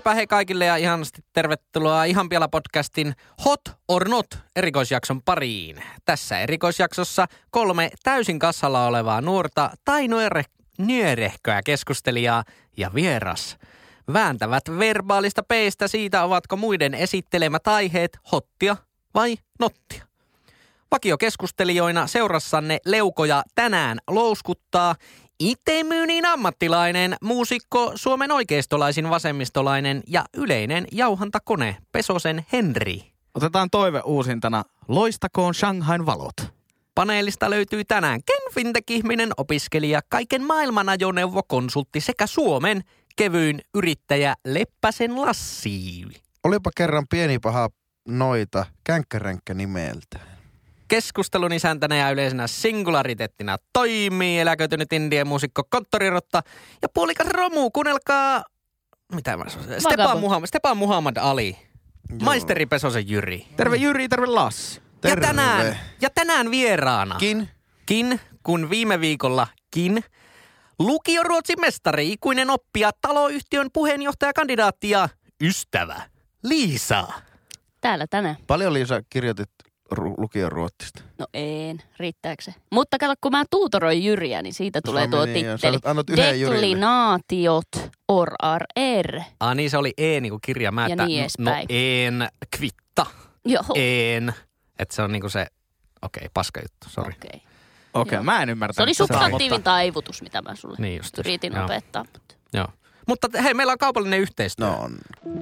Heipä hei kaikille ja ihanasti tervetuloa Ihan Piela podcastin Hot or Not -erikoisjakson pariin. Tässä erikoisjaksossa 3 täysin kassalla olevaa nuorta tai nyörehköä keskustelijaa ja vieras vääntävät verbaalista peistä siitä, ovatko muiden esittelemät aiheet hottia vai nottia. Vakiokeskustelijoina seurassanne leukoja tänään louskuttaa itemyynin ammattilainen, muusikko, Suomen oikeistolaisin vasemmistolainen ja yleinen jauhantakone Pesosen Henri. Otetaan toive uusintana. Loistakoon Shanghain valot. Paneelista löytyy tänään Ken Fintech-ihminen, opiskelija, kaiken maailman ajoneuvokonsultti sekä Suomen kevyin yrittäjä Leppäsen Lassi. Olipa kerran pieni paha noita, känkkäränkkä nimeltä. Keskustelun isäntänä ja yleisenä singulariteettina toimii eläköitynyt indien muusikko Konttorirotta ja puolikas romu. Kuunnelkaa, mitä mä sanon, Stepan Muhammad Ali, maisteri Pesosen Jyri. Terve Jyri, terve Lassi. Terve. Ja tänään vieraana. Kun viime viikollakin lukioruotsin mestari, ikuinen oppija, taloyhtiön puheenjohtajakandidaatti ja ystävä Liisa. Täällä tänään. Paljon Liisa kirjoitit lukion ruotsista? No en, riittääkö se? Mutta kato, kun mä tuutoroin Jyriä, niin siitä tulee tuo titteli. Deklinaatiot OR. Niin se oli niin kuin kirja. Ja niin edespäin. En kvitta. Joo. En. Että se on niinku se, paska juttu, sori. Okei, mä en ymmärtänyt. Se oli substantiivin taivutus, mitä mä sulle yritin opettaa. Joo. Mutta hei, meillä on kaupallinen yhteistyö. No on.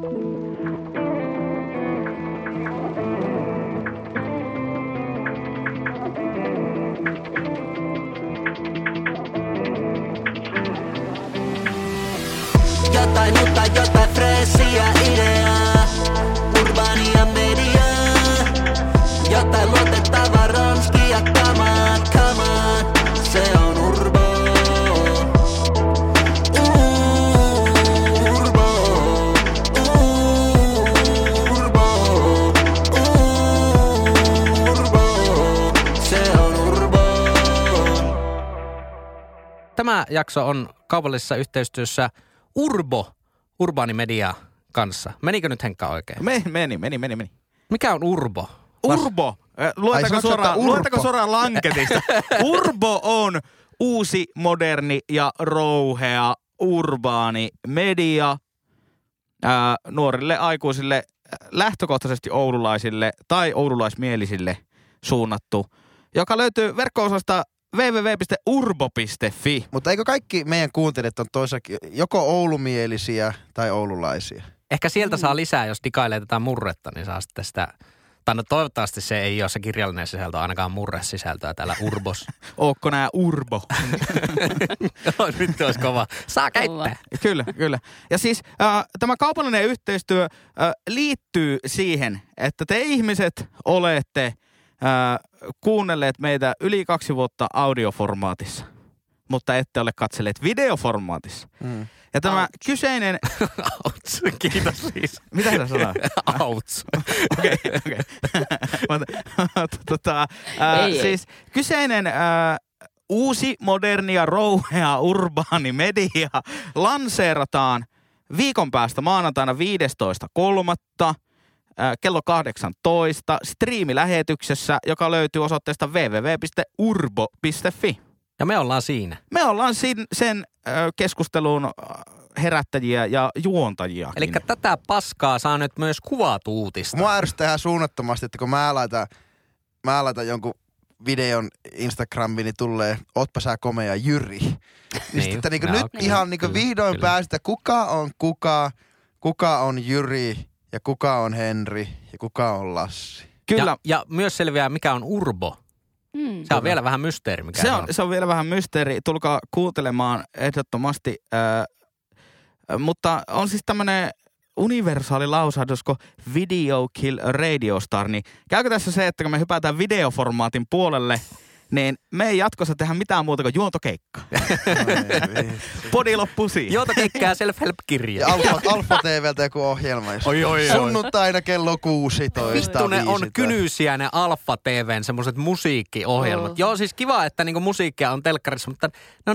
Jotain freesiä ideaa, urbaania mediaa. Jotain luotettavaa ronskia, come on, se on Urbo. Se on Urbo. Tämä jakso on kaupallisessa yhteistyössä Urbo, urbaanimedia kanssa. Menikö nyt Henkka oikein? Meni. Mikä on Urbo? Urbo. Luetaanko suoraan lanketista? Urbo on uusi, moderni ja rouhea urbaani media nuorille aikuisille, lähtökohtaisesti oululaisille tai oululaismielisille suunnattu, joka löytyy verkko-osasta www.urbo.fi. Mutta eikö kaikki meidän kuuntelijat on toisaalta joko oulumielisiä tai oululaisia? Ehkä sieltä saa lisää, jos digailee tätä murretta, niin saa sitten sitä. Tai no toivottavasti se ei ole se kirjallinen sisältö, ainakaan murresisältöä täällä Urbos. Ootko nää Urbo? Nyt olisi kova. Saa käyttää. Kyllä. Ja siis tämä kaupallinen yhteistyö liittyy siihen, että te ihmiset olette kuunnelleet meitä yli 2 vuotta audioformaatissa, mutta ette ole katselleet videoformaatissa. Ja tämä kyseinen... Auts, kiitos siis. Mitä sä sanoit? Auts. Okei. Siis kyseinen uusi, moderni ja rouhea urbaani media lanseerataan viikon päästä maanantaina 15.3. kello 18 striimilähetyksessä, joka löytyy osoitteesta www.urbo.fi. Ja me ollaan siinä. Me ollaan sen keskustelun herättäjiä ja juontajia. Eli tätä paskaa saa nyt myös kuvatuutista. Mua ärsyttää ihan suunnattomasti, että kun mä laitan jonkun videon Instagramiin, niin tulee, ootpa sä komea Jyri. Niin sitten nyt ihan vihdoin päästä, kuka on Jyri ja kuka on Henri ja kuka on Lassi. Kyllä. Ja myös selviää, mikä on Urbo. Se on vielä vähän mysteeri. Se on vielä vähän mysteeri. Tulkaa kuuntelemaan ehdottomasti. Mutta on siis tämmöinen universaali lausahdus kuin Video Kill Radio Star. Niin käykö tässä se, että kun me hypätään videoformaatin puolelle, niin me ei jatkossa tehdä mitään muuta kuin juontokeikka. Podi loppuu siihen. Juontokeikka ja self-help-kirja. Ja Alfa TVltä joku ohjelma. Sunnuntaina kello 16. Vittunen on kynyysiä ne Alfa TVn semmoiset musiikkiohjelmat. Joo, siis kiva, että niinku musiikkia on telkkarissa, mutta ne on niinku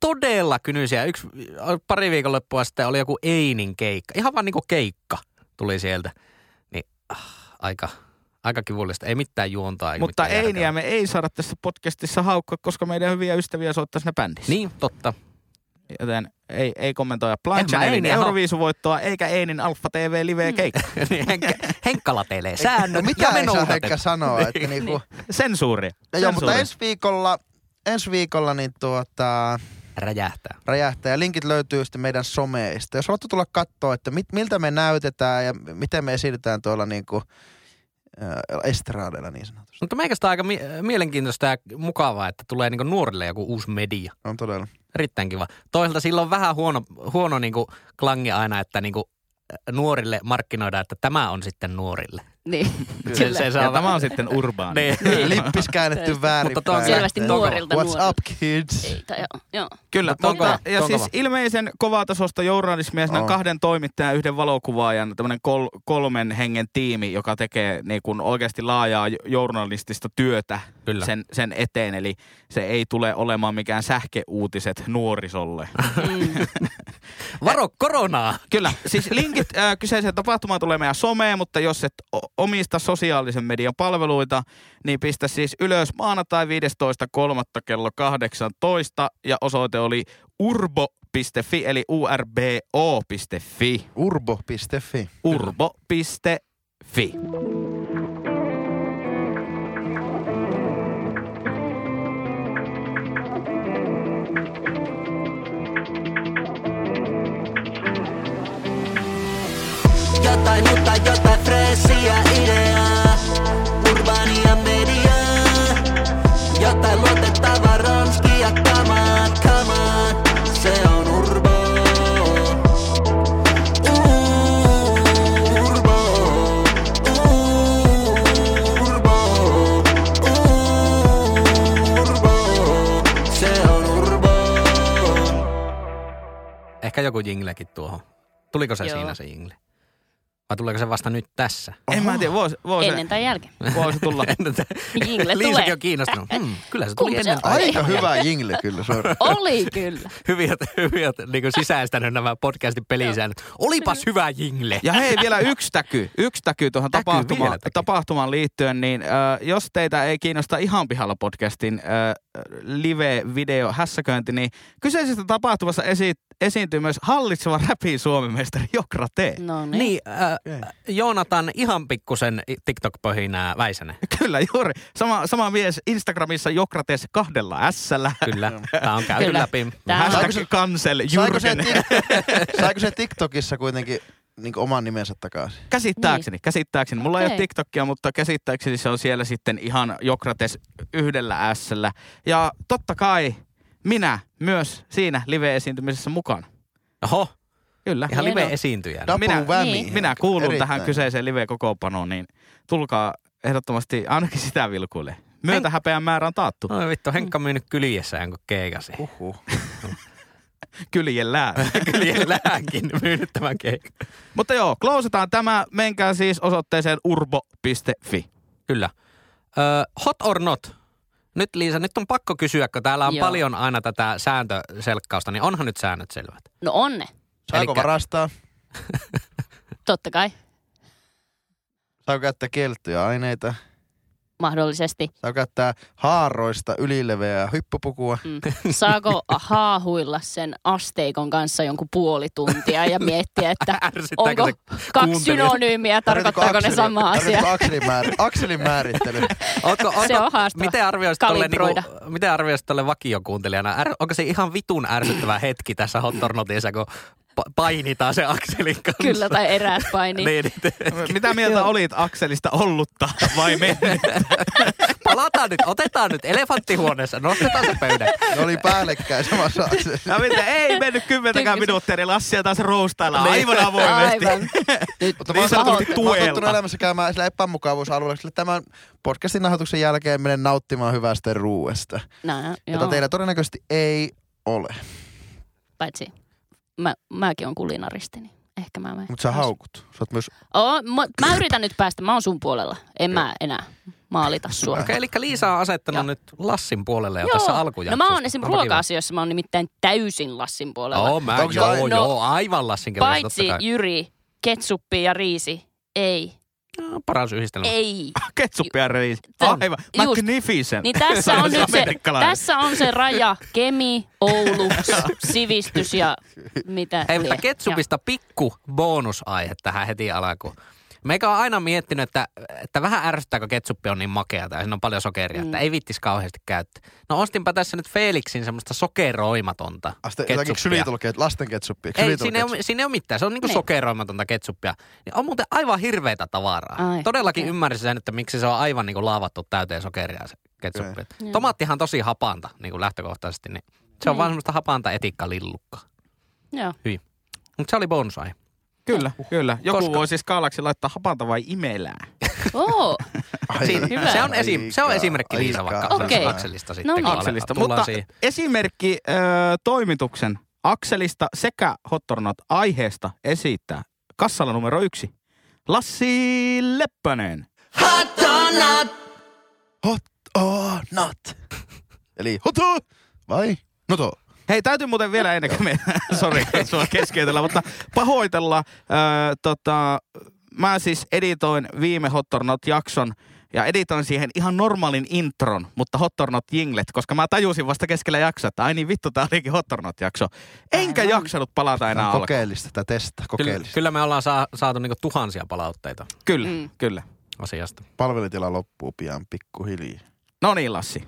todella kynyisiä. Pari viikonloppua sitten oli joku Einin keikka. Ihan vaan niinku keikka tuli sieltä. Niin aika kivullista. Ei mitään juontaa. Mutta Einiä me ei saada tässä podcastissa haukkaa, koska meidän hyviä ystäviä soittaa siinä bändissä. Niin, totta. Joten ei kommentoida Blind Channelin Euroviisuvoittoa eikä Einin Alfa TV Live keikka. Henkka latelee säännöt. No mitä ei saa Henkka sanoa? Että niinku... Sensuuria. Joo, mutta ensi viikolla niin räjähtää. Ja linkit löytyy sitten meidän someista. Jos haluatte tulla katsoa, että miltä me näytetään ja miten me esitetään tuolla niinku estraadilla niin sanotusti. Mutta meikästä on aika mielenkiintoista ja mukavaa, että tulee niinku nuorille joku uusi media. On todella. Erittäin kiva. Toisaalta sillä on vähän huono niinku klangi aina, että niinku nuorille markkinoidaan, että tämä on sitten nuorille. Niin. Tämä on sitten urbaani. Niin. Lippis käännetty väärinpäin. Mutta on selvästi nuorilta What's up, kids? Joo. Kyllä, ja siis ilmeisen kovatasosta journalismia, siinä on 2 toimittajan, 1 valokuvaajan, tämmöinen 3 hengen tiimi, joka tekee niin kuin oikeasti laajaa journalistista työtä sen eteen. Eli se ei tule olemaan mikään sähkeuutiset nuorisolle. Varo koronaa! Kyllä, siis linkit kyseiseen tapahtumaan tulee meidän someen, mutta jos et omista sosiaalisen median palveluita, niin pistä siis ylös maanantai 15.3. kello 18 ja osoite oli urbo.fi eli urbo.fi. Urbo.fi. Urbo.fi. Jotain uutta, jotain freesiä ideaa. Urbania mediaa. Jotain luotettavaa ronskia kamaa, kamaa. Se on Urbo. Urbo. Urbo. Urbo. Se on Urbo. Ehkä joku jinglekin tuohon. Tuliko se siinä se jingle? Vai tuleeko se vasta nyt tässä? En mä tiedä, voisi ennen tai jälkeen. Voisi tulla. Jingle Liisakin tulee. on kiinnostunut. Kyllä se tuli Kumpi ennen se tai oli? Aika hyvä jingle kyllä, sorry. Oli kyllä. hyviä niin kuin sisäistänyt nämä podcastin pelisäännöt. Olipas hyvä jingle. Ja hei, vielä yksi täky tuohon tapahtumaan liittyen, niin jos teitä ei kiinnosta Ihan pihalla podcastin live-video hässäköinti, niin kyseisestä tapahtumassa esiintyy myös hallitseva räpin suomimestari Jokra T. No Niin, Joonatan ihan pikkusen TikTok-pöhinää Väisänen. Kyllä, juuri. Sama mies Instagramissa Jokra T 2 S:llä. Kyllä, tää on käyty läpi. Hashtag cancel Jürgen. Saiko se TikTokissa kuitenkin niin oman nimensä takaisin? Käsittääkseni. Mulla ei ole TikTokia, mutta käsittääkseni se on siellä sitten ihan Jokrates 1 S:llä. Ja totta kai minä myös siinä live-esiintymisessä mukana. Oho. Kyllä. Ihan live-esiintyjä. Minä kuulun tähän kyseiseen live-kokoonpanoon, niin tulkaa ehdottomasti ainakin sitä vilkuille. Myötähäpeän määrä on taattu. No vittu, Henkka myynyt kyljessään kun keikasi. Kyljellääkin myynyt tämän keikan. Mutta joo, closetaan tämä. Menkää siis osoitteeseen urbo.fi. Kyllä. Hot or not? Nyt Liisa, nyt on pakko kysyä, kun täällä on paljon aina tätä sääntöselkkausta, niin onhan nyt säännöt selvät? No on ne. Saako varastaa? Totta kai. Saako käyttää kiellettyjä aineita? Mahdollisesti. Saako käyttää haaroista ylileveää hyppypukua? Saako haahuilla sen asteikon kanssa jonkun puoli tuntia ja miettiä, että onko 2 synonyymiä, tarkoittaako ne sama asia? Akselin määrittely. Se on haastava. Miten arvioisit tolle vakiokuuntelijana? Onko se ihan vitun ärsyttävä hetki tässä Hot or Notissa, kun painitaan se Akselin kanssa? Kyllä, tai eräät painii. Mitä mieltä olit Akselista ollutta vai mennyt? Palataan nyt, otetaan nyt elefanttihuoneessa, nostetaan se pöydän. Ne oli päällekkäin samassa Akselissa. No mitä, ei mennyt 10 minuuttia, niin Lassia taas roustailla aivan avoimesti. Aivan. Niin sanotusti Mä oon tottunut tuelta. elämässä käymään sillä epämukavuusalueella, sillä tämän podcastin nauhoituksen jälkeen menen nauttimaan hyvästä ruuasta. Jota teillä todennäköisesti ei ole. Paitsi mäkin on kulinaristi, niin ehkä mä menen. Mutta sä haukut. Sä oot myös... Mä yritän nyt päästä, mä oon sun puolella. En mä enää. maalita sua. Okei, eli Liisa on asettanut nyt Lassin puolelle jo tässä alkujaksossa. No mä oon esimerkiksi ruoka-asioissa, mä oon nimittäin täysin Lassin puolella. Aivan Lassin kyllä. Paitsi Jyri, ketsuppi ja riisi, ei. No, paras yhdistelmä. Ei. Ketsuppi ja riisi. Aivan. Magnificent. Niin tässä on se raja. Kemi, Oulu, sivistys ja mitä. Hei, mutta ketsupista pikku bonusaihe tähän heti alkuun. Meikä on aina miettinyt, että vähän ärsyttää, kun ketsuppi on niin makeata ja siinä on paljon sokeria, että ei vittisi kauheasti käyttää. No ostinpa tässä nyt Felixin semmoista sokeroimatonta ketsuppia. Lasten ketsuppia. Ei, siinä ei ole mitään. Se on niinku sokeroimatonta ketsuppia. Niin on muuten aivan hirveätä tavaraa. Todellakin ymmärsin sen, että miksi se on aivan niinku laavattu täyteen sokeria se ketsuppi. Tomaattihan on tosi hapanta niinku lähtökohtaisesti. Niin se on vaan semmoista hapanta etikkalillukkaa. Joo. Hyvin. Mutta se oli bonusaihe. Kyllä. Joku voi siis skaalaksi laittaa hapanta vai imelää. Se on esimerkki Liisa vaikka Akselista sitten. No, Akselista. Mutta esimerkki toimituksen Akselista sekä Hot or Not -aiheesta esittää kassalla numero 1 Lassi Leppänen. Hot or not. Hot or not. Eli hoto vai noto? Hei, täytyy muuten vielä ennen kuin me, sori, sua keskeytellä, mutta pahoitella. Mä siis editoin viime Hot or Not-jakson ja editoin siihen ihan normaalin intron, mutta Hot or Not -jinglet, koska mä tajusin vasta keskellä jaksoa, että ai niin vittu, tää olikin Hot or Not-jakso. Enkä jaksanut palata enää alkuun. Kokeellista, tää testaa, kokeellista. Kyllä me ollaan saatu niinku tuhansia palautteita. Kyllä. Asiasta. Palvelutila loppuu pian pikkuhiljaa. No niin, Lassi.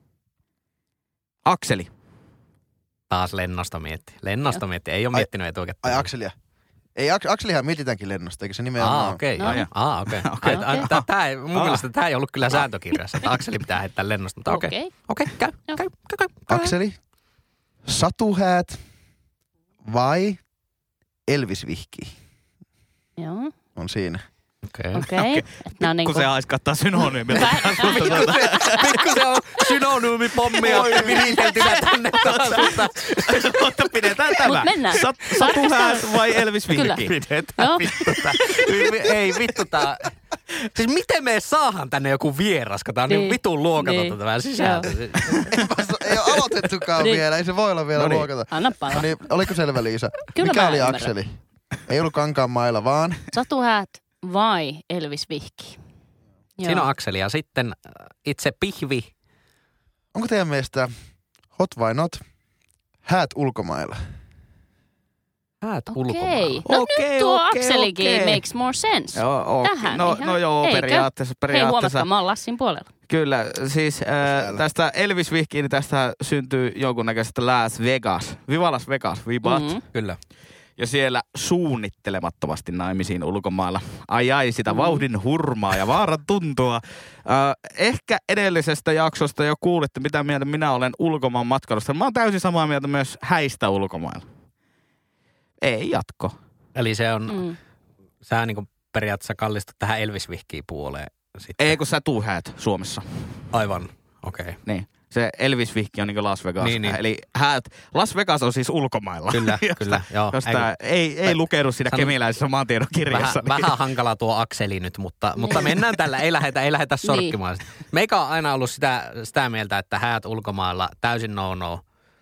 Akseli. Taas lennosta mietti. Ei ole miettinyt etukäteen. Ai Akselia. Ei, Akselihan mietitäänkin lennosta, eikö se nimenomaan? Okei. Okei. Mun mielestä tämä ei ollut kyllä sääntökirjassa, että Akseli pitää heittää lennosta. Mutta okei, käy. Akseli, satuhäät vai Elvis vihki? Joo. On siinä. Okei. Kun se haiskattaa synonyymiltä. Pikku se on synonyymipommia viriteltynä tänne taas. Mutta pidetään tämä. Mut mennään. Satuhäät vai Elvis vihki? Pidetään ei vittu tää. Siis miten me saadaan tänne joku vieras, kun tää on niin vitun luokatonta tämä sisältö. Ei ole aloitettukaan vielä, ei se voi olla vielä luokata. Anna palaa. No niin, oliko selvä Liisa? Kyllä mikä mä oli ymmärrän. Akseli? Ei ollut Kankaanmailla, vaan Satuhäät vai Elvis vihki? Siinä on Akseli ja sitten itse pihvi. onko teidän mielestä hot vai not häät ulkomailla? Häät ulkomailla. Okei. No nyt tuo Akselikin makes more sense. Tähän no joo, periaatteessa. Hei, huomatkaa, mä oon Lassin puolella. Kyllä, siis tästä Elvis vihkiin tästä syntyy jonkunnäköisestä Las Vegas. Viva Las Vegas, vibat. Kyllä. Ja siellä suunnittelemattomasti naimisiin ulkomailla. Ai, sitä vauhdin hurmaa ja vaaran tuntua. Ehkä edellisestä jaksosta jo kuulitte, mitä mieltä minä olen ulkomaan matkailusta. Mä oon täysin samaa mieltä myös häistä ulkomailla. Ei jatko. Eli se on, sä niinku periaatteessa kallistut tähän Elvis-vihkiin puoleen. Sitten. Ei, kun sä tuuhäät Suomessa. Aivan, okei. Niin. Se Elvis-vihki on niin kuin Las Vegas. Niin. Eli Las Vegas on siis ulkomailla. Kyllä. Joo. Josta ei lukenut siinä kemiläisessä maantiedon kirjassa. Vähän hankala tuo Akseli nyt, mutta mennään tällä. Ei lähdetä sorkkimaan. Niin. Meikä on aina ollut sitä mieltä, että häät ulkomailla täysin no.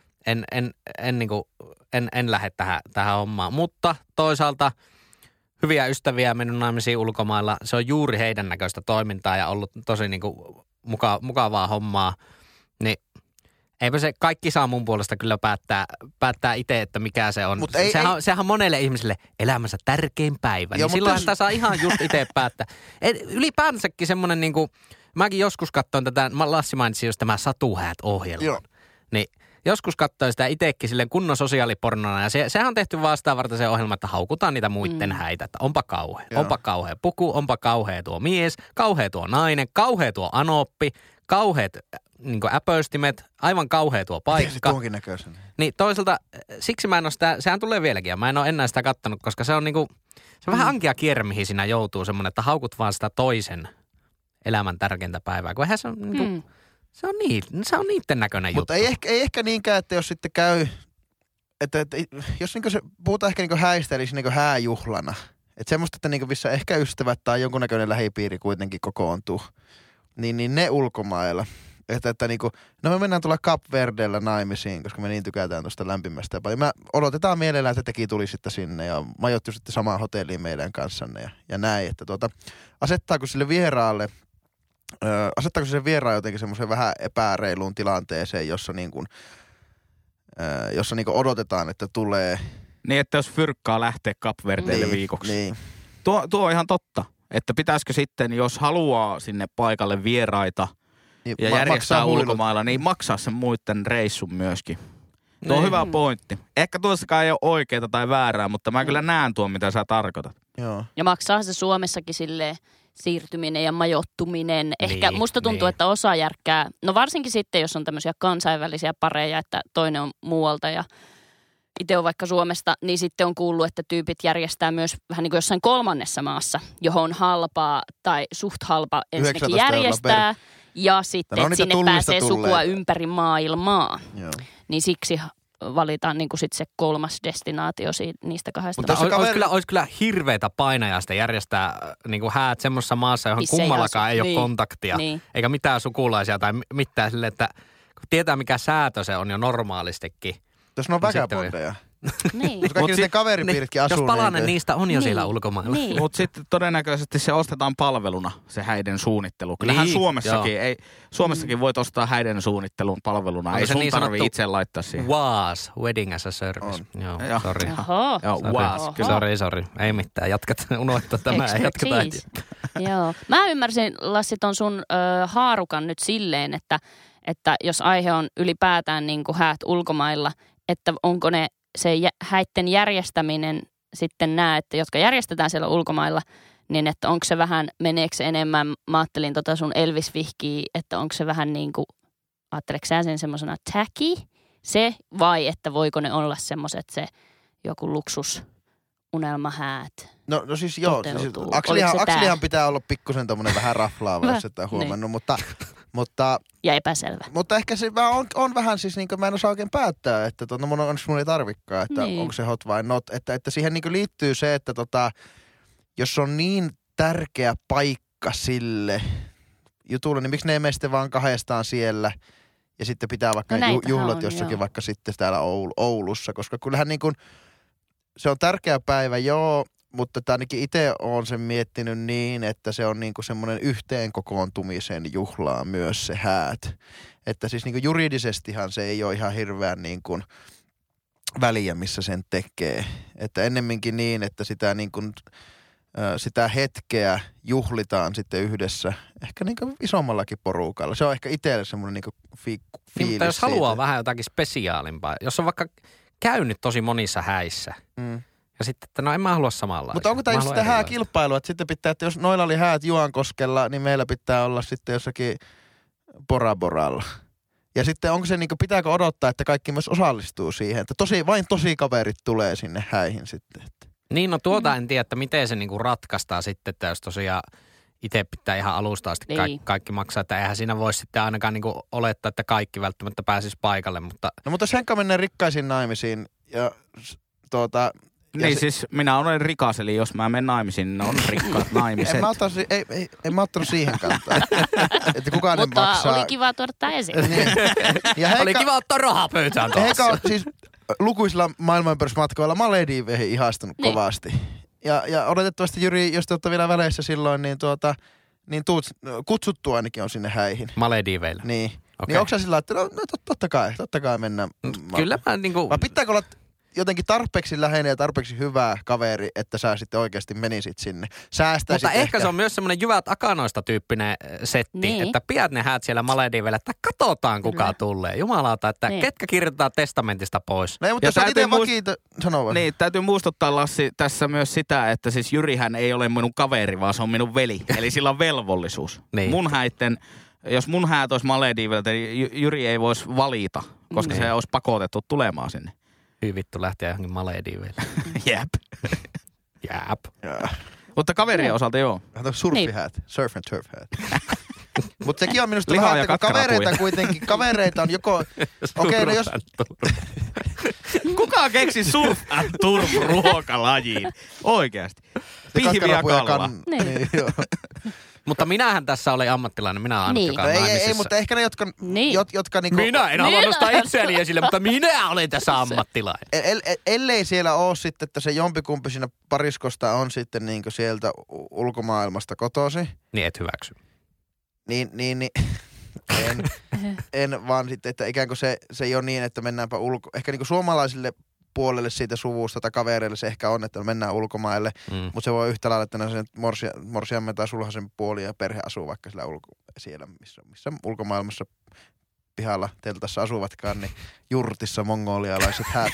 En lähde tähän hommaan. Mutta toisaalta hyviä ystäviä mennyt naimisiin ulkomailla. Se on juuri heidän näköistä toimintaa ja ollut tosi niinku mukavaa hommaa. Niin eipä se kaikki saa mun puolesta kyllä päättää itse, että mikä se on. Sehän on monelle ihmiselle elämänsä tärkein päivä. Niin silloin sitä saa ihan just itse päättää. Ylipäänsäkin semmoinen niinku, mäkin joskus katsoin tätä, Lassi mainitsi just tämä Satuhäät-ohjelman. Niin joskus katsoin sitä itsekin silleen kunnon sosiaalipornona ja sehän on tehty vaan sitä varten se ohjelma, että haukutaan niitä muitten häitä. Että onpa kauhea puku, onpa kauhea tuo mies, kauhea tuo nainen, kauhea tuo anoppi, kauheat niin kuin äpöstimet, aivan kauhea tuo paikka. Miten se tuonkin näköisen? Niin toisaalta, siksi mä en ole sitä, sehän tulee vieläkin ja mä en ole enää sitä kattanut, koska se on niinku, se on vähän ankea kierre, mihin siinä joutuu semmoinen, että haukut vaan sitä toisen elämän tärkeintä päivää, kun eihän se on niinku, se on niitten näköinen juttu. Mutta ei ehkä niinkään, että jos sitten käy, että jos niinku se, puhutaan ehkä niinku häistä, eli niinku hääjuhlana. Että semmoista, että niinku missä ehkä ystävät tai jonkunnäköinen lähipiiri kuitenkin kokoontuu niin ne ulkomailla. Että niinku, no me mennään tuolla Cap Verdellä naimisiin, koska me niin tykätään tuosta lämpimästä ja paljon. Me odotetaan mielellään, että tekin tulisitte sinne ja majoittuisitte samaan hotelliin meidän kanssanne ja näin. Että asettaako sille vieraan jotenkin semmoisen vähän epäreiluun tilanteeseen, jossa odotetaan, että tulee... Niin, että jos fyrkkaa lähteä Cap Verdeille viikoksi. Niin. Tuo on ihan totta. Että pitäisikö sitten, jos haluaa sinne paikalle vieraita ja järjestää ulkomailla, niin maksaa sen muiden reissun myöskin. Tuo on hyvä pointti. Ehkä tuossakaan ei ole oikeaa tai väärää, mutta mä kyllä näen tuon, mitä sä tarkoitat. Joo. Ja maksaa se Suomessakin silleen siirtyminen ja majoittuminen. Ehkä musta tuntuu, että osa järkkää, no varsinkin sitten, jos on tämmöisiä kansainvälisiä pareja, että toinen on muualta ja itse on vaikka Suomesta, niin sitten on kuullut, että tyypit järjestää myös vähän niin kuin jossain kolmannessa maassa, johon on halpaa tai suht halpa ensinnäkin järjestää. Ja sitten, että sinne pääsee sukua ympäri maailmaa. Joo. Niin siksi valitaan niin kuin sit se kolmas destinaatio niistä kahdesta. Mutta olisi kyllä hirveätä painajasta järjestää niin kuin häät semmoisessa maassa, johon kummallakaan ei ole kontaktia. Niin. Eikä mitään sukulaisia tai mitään sille, että kun tietää mikä säätö se on jo normaalistikin. Jos ne on väkäpondeja. Niin. Koska kaikki ne kaveripiiritkin asuu. Jos palanen niistä on jo siellä ulkomailla. Niin. Mutta sitten todennäköisesti se ostetaan palveluna, se häiden suunnittelu. Kyllähän Suomessakin voit ostaa häiden suunnittelun palveluna. Ei sun tarvitse itse laittaa siihen. WAS, Wedding as a Service. Joo, sori. Sori. Ei mitään, jatkat. Unohtaa tämä ja jatketaan. Joo. Mä ymmärsin, Lassi, ton sun haarukan nyt silleen, että jos aihe on ylipäätään niin kuin häät ulkomailla, että onko ne se häitten järjestäminen sitten että jotka järjestetään siellä ulkomailla, niin että onko se vähän, meneekö se enemmän, mä ajattelin sun Elvis-vihkiä, että onko se vähän niin kuin, ajatteleeko sä sen semmoisena tacky, se vai että voiko ne olla semmoiset se joku luksusunelmahäät? No siis joo, siis Akselihan pitää olla pikkusen tommonen vähän raflaava, jos et ole huomannut, mutta ja epäselvä. Mutta ehkä se on vähän siis niinku, mä en osaa oikein päättää, että onneksi mun ei tarvikaan, että onko se hot vai not. Että siihen niinku liittyy se, että jos on niin tärkeä paikka sille jutulle, niin miksi ne ei mene sitten vaan kahdestaan siellä ja sitten pitää vaikka juhlat jossakin vaikka sitten täällä Oulussa, koska kyllähän niinku se on tärkeä päivä, mutta ainakin itse olen sen miettinyt niin, että se on niinku semmoinen yhteen kokoontumisen juhlaa myös se häät. Että siis niinku juridisestihan se ei ole ihan hirveän niinku väliä, missä sen tekee. Että ennemminkin niin, että sitä hetkeä juhlitaan sitten yhdessä, ehkä niinku isommallakin porukalla. Se on ehkä itselle semmoinen niinku fiilis. Mutta jos haluaa vähän jotakin spesiaalimpaa, jos on vaikka käynyt tosi monissa häissä, ja sitten, että no en mä halua samanlaista. Mutta onko tämä just sitä hääkilpailua, että sitten pitää, että jos noilla oli häät Juankoskella, niin meillä pitää olla sitten jossakin Bora-Boralla. Ja sitten onko se niinku, pitääkö odottaa, että kaikki myös osallistuu siihen, että vain tosi kaverit tulee sinne häihin sitten. Niin, no en tiedä, että miten se niinku ratkaistaan sitten, että jos tosiaan itse pitää ihan alusta asti kaikki maksaa, että eihän siinä voi sitten ainakaan niinku olettaa, että kaikki välttämättä pääsisi paikalle, mutta... No mutta jos Henkka mennään rikkaisiin naimisiin ja niin siis minä olen rikas, eli jos mä menen naimisiin, niin on rikkaat naimiset. En mä ottanut siihen kantaa. Että kukaan mutta maksaa. Mutta oli kiva tuoda tämä esiin. Niin. Oli kiva ottaa rahaa pöytään taas. Henkka on siis lukuisilla maailmanpyöräismatkoilla Malediveihin ihastunut kovasti. Ja odotettavasti Jyri, jos te olette vielä väleissä silloin, niin kutsuttu ainakin on sinne häihin. Malediveille. Niin. Okay. Niin onko sä sillä että no totta kai mennään. Kyllä mä niinku... Vai pitääkö olla jotenkin tarpeeksi läheinen ja tarpeeksi hyvä kaveri, että sä sitten oikeasti menisit sinne. Mutta ehkä se on myös semmoinen jyvät akanoista tyyppinen setti, että pidät ne häät siellä Malediveillä, että katsotaan kuka tulee. Jumalauta, että ketkä kirjoitetaan testamentista pois. No, mutta jos on itse sanoo. Niin, täytyy muistuttaa Lassi tässä myös sitä, että siis Jyrihän ei ole minun kaveri, vaan se on minun veli. Eli sillä on velvollisuus. Niin. Jos mun häät olisi Malediveiltä, niin Jyri ei voisi valita, koska se olisi pakotettu tulemaan sinne. Hyvin vittu lähteä johonkin Malediveille. Jääp. Yeah. Mutta kaverien osalta joo. Surfihäät. Surf and turf häät. Mutta sekin on minusta vähän, että kavereita kuitenkin. Kavereita on joko... Okei, no jos... Kuka keksi surf and turf ruokalajiin? Oikeasti. Pihvi ja kalla. Niin, joo. Mutta minähän tässä olen ammattilainen. Minä olen Niin. joka on naimisissa. Ei, mutta ehkä ne, Niin. jotka niinku... Minä en halua nostaa itseäni esille, mutta minä olen tässä ammattilainen. Ellei siellä ole sitten, että se jompikumpi siinä pariskosta on sitten niinku sieltä ulkomaailmasta kotosi, Niin et hyväksy. niin en vaan sitten, että ikään kuin se ei ole niin, että mennäänpä ehkä niinku suomalaisille puolelle siitä suvusta tai kavereille se ehkä on, että mennään ulkomaille, mutta se voi yhtä lailla, että ne sen morsiamme tai sulhasen puoli ja perhe asuu vaikka siellä missä ulkomaailmassa pihalla teltassa asuvatkaan, niin jurtissa mongolialaiset häät.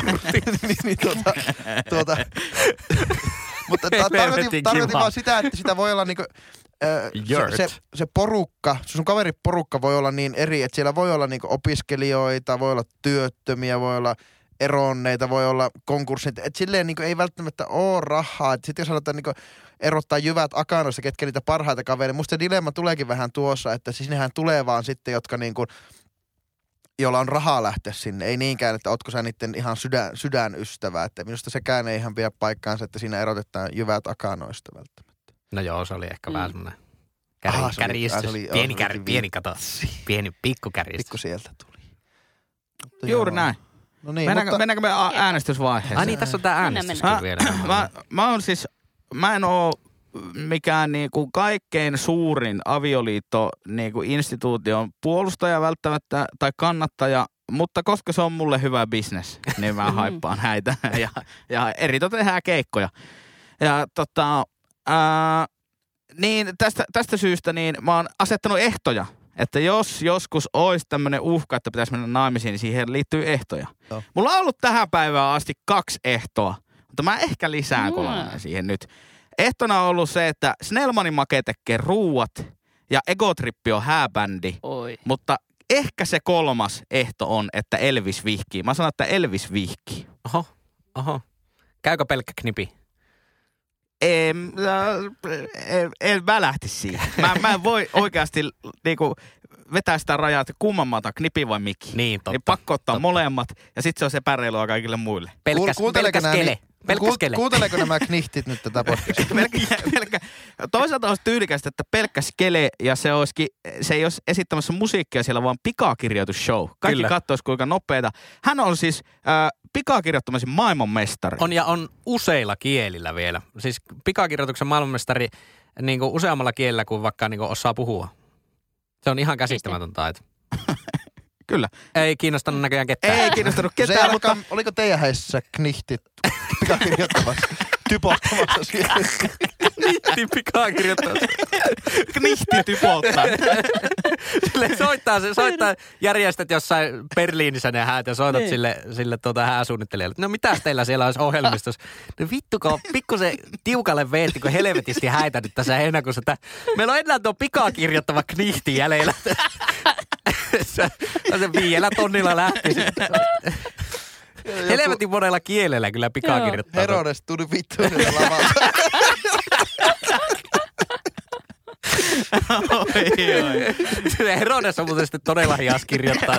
Mutta tarkoitin vaan sitä, että sitä voi olla niinku, se porukka, se sun kaveriporukka voi olla niin eri, että siellä voi olla niinku opiskelijoita, voi olla työttömiä, voi olla eronneita, voi olla konkurssit, että silleen niinku ei välttämättä ole rahaa. Sitten jos halutaan niinku erottaa jyvät akanoista, ketkä niitä parhaita kavereita, musta se dilemma tuleekin vähän tuossa, että siis nehän tulee vaan sitten, jotka niinku, jolla on rahaa lähteä sinne. Ei niinkään, että ootko sä niiden ihan sydänystävää. Että minusta sekään ei ihan pidä paikkaansa, että siinä erotetaan jyvät akanoista välttämättä. No joo, se oli ehkä vähän semmoinen kärjistys. Pieni kato. Pieni pikkukärjistys. Pikku sieltä tuli. Mutta Juuri näin. No niin, Mennäänkö me äänestysvaiheeseen? Ai niin, tässä on tää äänestyskin vielä. Mä en oo mikään niinku kaikkein suurin avioliitto niinku instituution puolustaja välttämättä tai kannattaja, mutta koska se on mulle hyvä business, niin mä haippaan häitä ja eritoten tehdään keikkoja. Ja niin tästä syystä niin mä oon asettanut ehtoja, että jos joskus olisi tämmönen uhka, että pitäisi mennä naimisiin, niin siihen liittyy ehtoja. No. Mulla on ollut tähän päivään asti 2 ehtoa, mutta mä ehkä lisään kolmannen siihen nyt. Ehtona on ollut se, että Snellmanin Make tekee ruuat ja Egotrippi on hääbändi. Oi. Mutta ehkä se 3. ehto on, että Elvis vihkii. Mä sanon, että Elvis vihkii. Oho. Käykö pelkkä knipi? En mä lähtisi siihen. Mä en voi oikeasti niinku vetää sitä rajaa, että kumman mä otan, knipi vai mikki. Niin, totta. Niin pakko ottaa molemmat ja sit se on epäreilua kaikille muille. Pelkäs kele. Kuunteleeko nämä knihtit nyt tätä podcastia? Toisaalta olisi tyylikästä, että pelkkä skele ja se ei olisi esittämässä musiikkia siellä, vaan pikakirjoitusshow. Kaikki katsoisi kuinka nopeeta. Hän on siis pikakirjoittamisen maailmanmestari. On useilla kielillä vielä. Siis pikakirjoituksen maailmanmestari niin kuin useammalla kielellä kuin vaikka niin kuin osaa puhua. Se on ihan käsittämätön taito. Kyllä. Ei kiinnostanut näköjään ketään. Ei kiinnostanut ketään, mutta... Oliko teidän häissä knihtit pikakirjoittamassa? Typottamassa siellä? Knihti pikakirjoittamassa. Knihti typottaa. Sille soittaa järjestät jossain Berliinissä ne häät ja soitat sille hääsuunnittelijalle. No mitäs teillä siellä olisi ohjelmistossa? No vittuko, pikkusen tiukalle veetti, kun helvetisti häitä nyt tässä heinäkuussa. Meillä on enää tuo pikakirjoittava knihti jäljellä. Se 5 tonnilla lähti sitten. Helvetin monella kielellä kyllä pikakirjoittaa. Herodes tuli vittuinen lavalta. Oi. Herodes on muuten sitten todella hias kirjoittaa.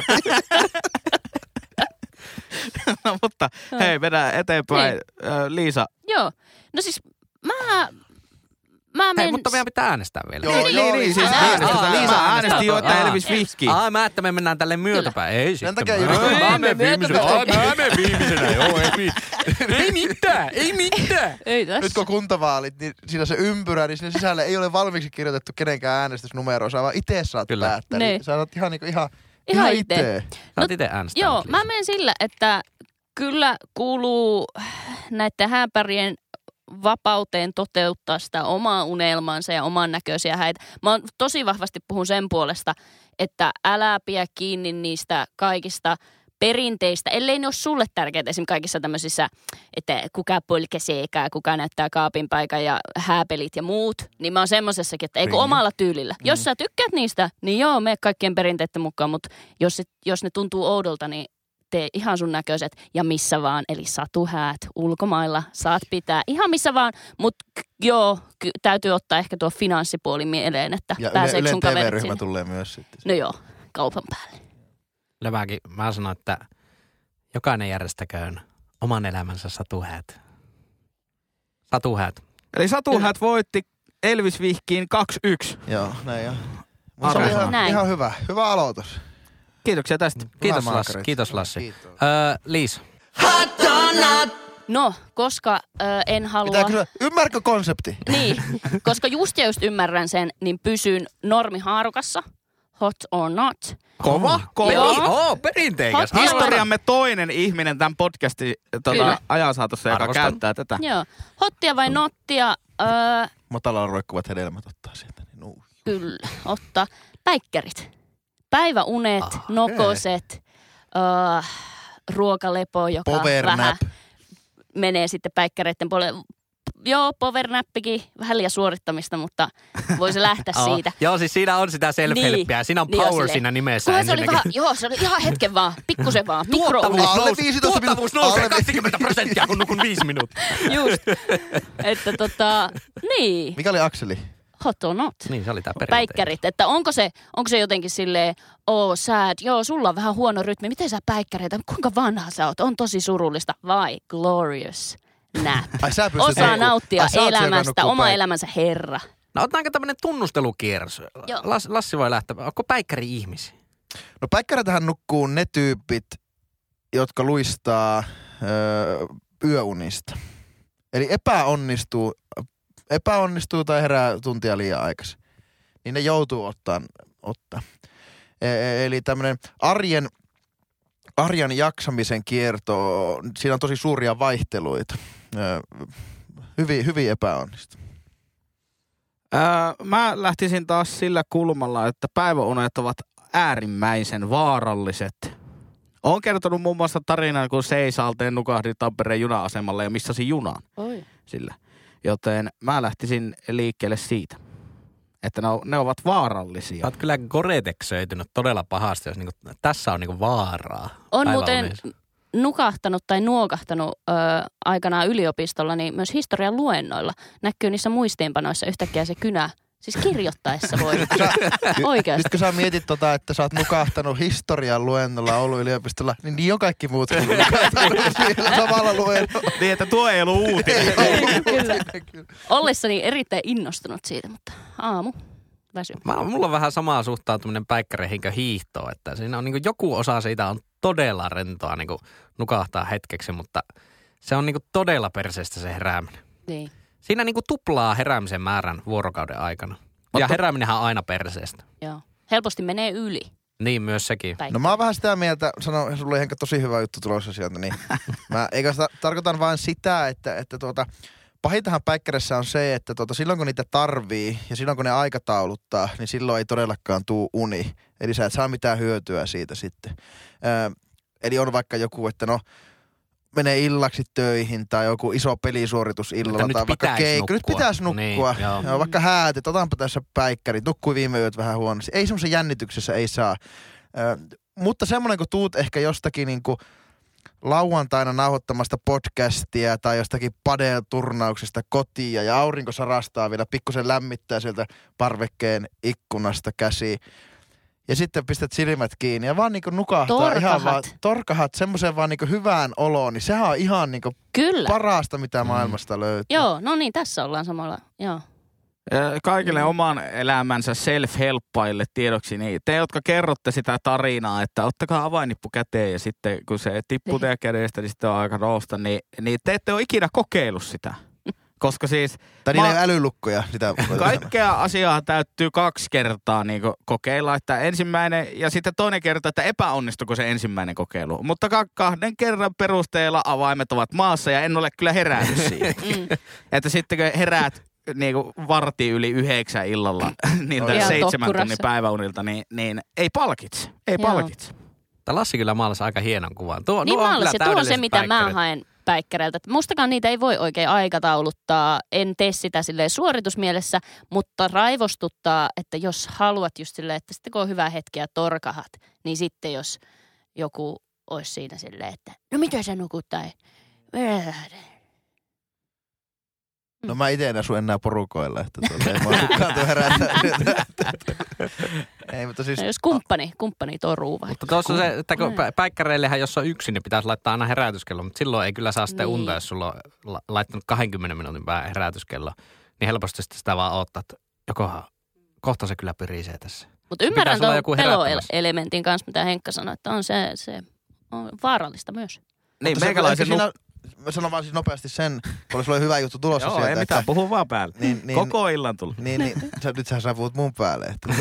No mutta hei, mennään eteenpäin. Liisa. Joo, no siis mä Hei, mutta meidän pitää äänestää vielä. Niin, siis Liisa äänesti jo, että Elvis vihkii. Mä että me mennään tälle myötäpäin. Ei sitten. Mä menen viimeisenä. Joo, ei mitään. Ei tässä. Nyt kun kuntavaalit, niin siinä se ympyrä, niin sinne sisälle ei ole valmiiksi kirjoitettu kenenkään äänestysnumeroa. Sä vaan itse saat päättää. Niin. Sä oot ihan itse. Sä oot itse äänestää. Joo, mä menen sillä, että kyllä kuuluu näiden hääpärien vapauteen toteuttaa sitä omaa unelmansa ja oman näköisiä häitä. Mä tosi vahvasti puhun sen puolesta, että älä pidä kiinni niistä kaikista perinteistä, ellei ne ole sulle tärkeitä esimerkiksi kaikissa tämmöisissä, että kuka polkeseekaa, kuka näyttää kaapin paikan ja hääpelit ja muut, niin mä oon semmosessakin, että eikö omalla tyylillä. Jos sä tykkäät niistä, niin joo, mene kaikkien perinteiden mukaan, mutta jos ne tuntuu oudolta, niin tee ihan sun näköiset ja missä vaan, eli satuhäät ulkomailla saat pitää ihan missä vaan, mutta joo, täytyy ottaa ehkä tuo finanssipuoli mieleen, että pääseekö sun kaverit TV-ryhmä sinne. tulee myös sitten. No joo, kaupan päälle. Leväkin, mä sanon, että jokainen järjestäköön oman elämänsä satuhäät. Satuhäät. Eli satuhäät voitti Elvis vihkiin 2-1. Joo, näin on. Se Arvoisa. oli ihan hyvä. Hyvä aloitus. Kiitoksia tästä. Kiitos Hyvä Lassi. maakari. Kiitos Lassi. Kiitos. Liisa. Hot or not? No, koska en halua... Pitää kysyä, ymmärrätkö konsepti? Niin, koska just ymmärrän sen, niin pysyn normihaarukassa. Hot or not. Kova. Perinteikäs. Hot- Historiamme toinen ihminen tämän podcastin Kyllä. ajan saatossa, joka Arvostan. käyttää tätä. Joo. Hottia vai nottia? Matalalla roikkuvat hedelmät ottaa sieltä. Niin Kyllä, ottaa. Päikkärit. Päiväunet, nokoset, ruokalepo, joka Power vähän nap. menee sitten päikkäreiden puolelle. Joo, powernappikin, vähän liian suorittamista, mutta voisi lähteä siitä. Joo, siis siinä on sitä self-helppiä. Siinä on Niin on power silleen. siinä nimessä. Kunhan se oli ensinnäkin. vähän, joo, se oli ihan hetken vaan, pikkusen vaan, mikrouuni. Alle 15 Tuottavuus minuuttia. nousee Alle 20%, kun nukun 5 minuuttia. Just, että niin, Mikä oli Akseli? hot or not. Niin, se oli tää perinteinen. Päikkärit, että onko se jotenkin silleen, sad, joo, sulla on vähän huono rytmi, miten sä päikkäreitä, kuinka vanha sä oot, on tosi surullista, vai glorious nap. Ai sä pystyt Osaa nukkuu. nauttia Ai sä oot se, joka elämästä, nukkuu oma päin. elämänsä herra. No otetaanko tämmönen tunnustelukierros? Joo. Lassi voi lähteä. Onko päikkäri-ihmisiä? No päikkärätähän nukkuu ne tyypit, jotka luistaa yöunista. Eli epäonnistuu tai herää tuntia liian aikaisin. Niin ne joutuu ottaa. Eli tämmöinen arjen jaksamisen kierto, siinä on tosi suuria vaihteluita. Hyvin epäonnistuu. Mä lähtisin taas sillä kulmalla, että päiväunet ovat äärimmäisen vaaralliset. Olen kertonut muun muassa tarinan, kun seisalteen nukahdin Tampereen juna-asemalle ja missasin junan Oi. sillä. Joten mä lähtisin liikkeelle siitä, että ne ovat vaarallisia. Sä oot kyllä Gore-Texöitynyt todella pahasti, jos niinku, tässä on niinku vaaraa. On muuten päiväunissa. nukahtanut tai nuokahtanut aikanaan yliopistolla, niin myös historian luennoilla näkyy niissä muistiinpanoissa yhtäkkiä se kynä. Siis kirjoittaessa voi. Oikeasti. Nyt kun sä mietit että sä oot nukahtanut historian luennolla Oulun yliopistolla, niin on kaikki muut nukahtanut siellä samalla luennolla. Niin, että tuo ei ollut uutinen. Kyllä. Ollessani erittäin innostunut siitä, mutta aamu väsy. Mulla on vähän samaa suhtautuminen päikkäreihin kuin hiihtoon, että siinä on niinku, joku osa siitä on todella rentoa niinku, nukahtaa hetkeksi, mutta se on niinku, todella perseestä se herääminen. Niin. Siinä niinku, tuplaa heräämisen määrän vuorokauden aikana. Ja herääminenhän on aina perseestä. Joo. Helposti menee yli. Niin myös sekin. No mä oon vähän sitä mieltä, sanon, sulla oli ihan tosi hyvä juttu tulossa sieltä, niin tarkoitan vain sitä, että pahintahan päikkärissä on se, että silloin kun niitä tarvii ja silloin kun ne aikatauluttaa, niin silloin ei todellakaan tuu uni. Eli sä et saa mitään hyötyä siitä sitten. Eli on vaikka joku, että menee illaksi töihin tai joku iso pelisuoritus illalla Nyt tai vaikka nukkua. Nyt pitäisi nukkua. Niin, joo. Vaikka häät, että otanpa tässä päikkärit. Nukkui viime yöt vähän huonosti. Ei semmoisen jännityksessä ei saa. Mutta semmoinen, kun tuut ehkä jostakin niinku lauantaina nauhoittamasta podcastia tai jostakin padel-turnauksesta kotiin ja aurinko sarastaa vielä, pikkusen lämmittää sieltä parvekkeen ikkunasta käsiin. Ja sitten pistät silmät kiinni ja vaan niinku nukahtaa Torkahat. ihan vaan, torkahat semmoiseen vaan niinku hyvään oloon, niin sehän on ihan niinku Kyllä. parasta, mitä maailmasta löytyy. Joo, no niin, tässä ollaan samalla. Joo. Kaikille oman elämänsä self-helppaille tiedoksi, niin te, jotka kerrotte sitä tarinaa, että ottakaa avainnippu käteen ja sitten kun se tippuu teidän kädestä, niin sitten on aika nousta, niin te ette ole ikinä kokeillut sitä. Koska siis Tai niillä ei ole älylukkoja. Sitä kaikkea asiaa täytyy 2 kertaa niin kokeilla, että ensimmäinen ja sitten toinen kerta, että epäonnistuko se ensimmäinen kokeilu. Mutta 2 kerran perusteella avaimet ovat maassa ja en ole kyllä herännyt siihen. Että sitten kun heräät niinku varti yli 9 illalla niiltä Ihan 7 tokkurassa. tunnin päiväunilta, niin ei palkitse. Ei Joo. palkitse. Tämä Lassi kyllä maalasi aika hienon kuvan. Niin maalasi, tuo on se, mitä mä päikkärit. haen päikkäreiltä. Mustakaan niitä ei voi oikein aikatauluttaa. En tee sitä silleen suoritusmielessä, mutta raivostuttaa, että jos haluat just silleen, että sitten kun on hyvä hetki ja torkahat, niin sitten jos joku olisi siinä silleen, että no mitä sä nukut tai No mä ite en asu enää porukoilla, että ei mua kukaan tuo herättää. Ei, mutta siis... jos kumppani toruu vaikka. Mutta tuossa se, että kun päikkäreillehän, jos on yksin, niin pitäisi laittaa aina herätyskello, mutta silloin ei kyllä saa sitten unta, jos sulla on laittanut 20 minuutin päähän herätyskello. niin helposti sitä vaan oottaa, että jokohan kohta se kyllä pirisee tässä. Mutta ymmärrän tuon peloelementin kanssa, mitä Henkka sanoi, että on se on vaarallista myös. Niin, mä sanon vaan siis nopeasti sen, kun sulla oli hyvä juttu tulossa joo, sieltä. Ei mitään, puhu vaan päälle. Niin, koko illan tullut. Niin, nyt sä puhut mun päälle. Että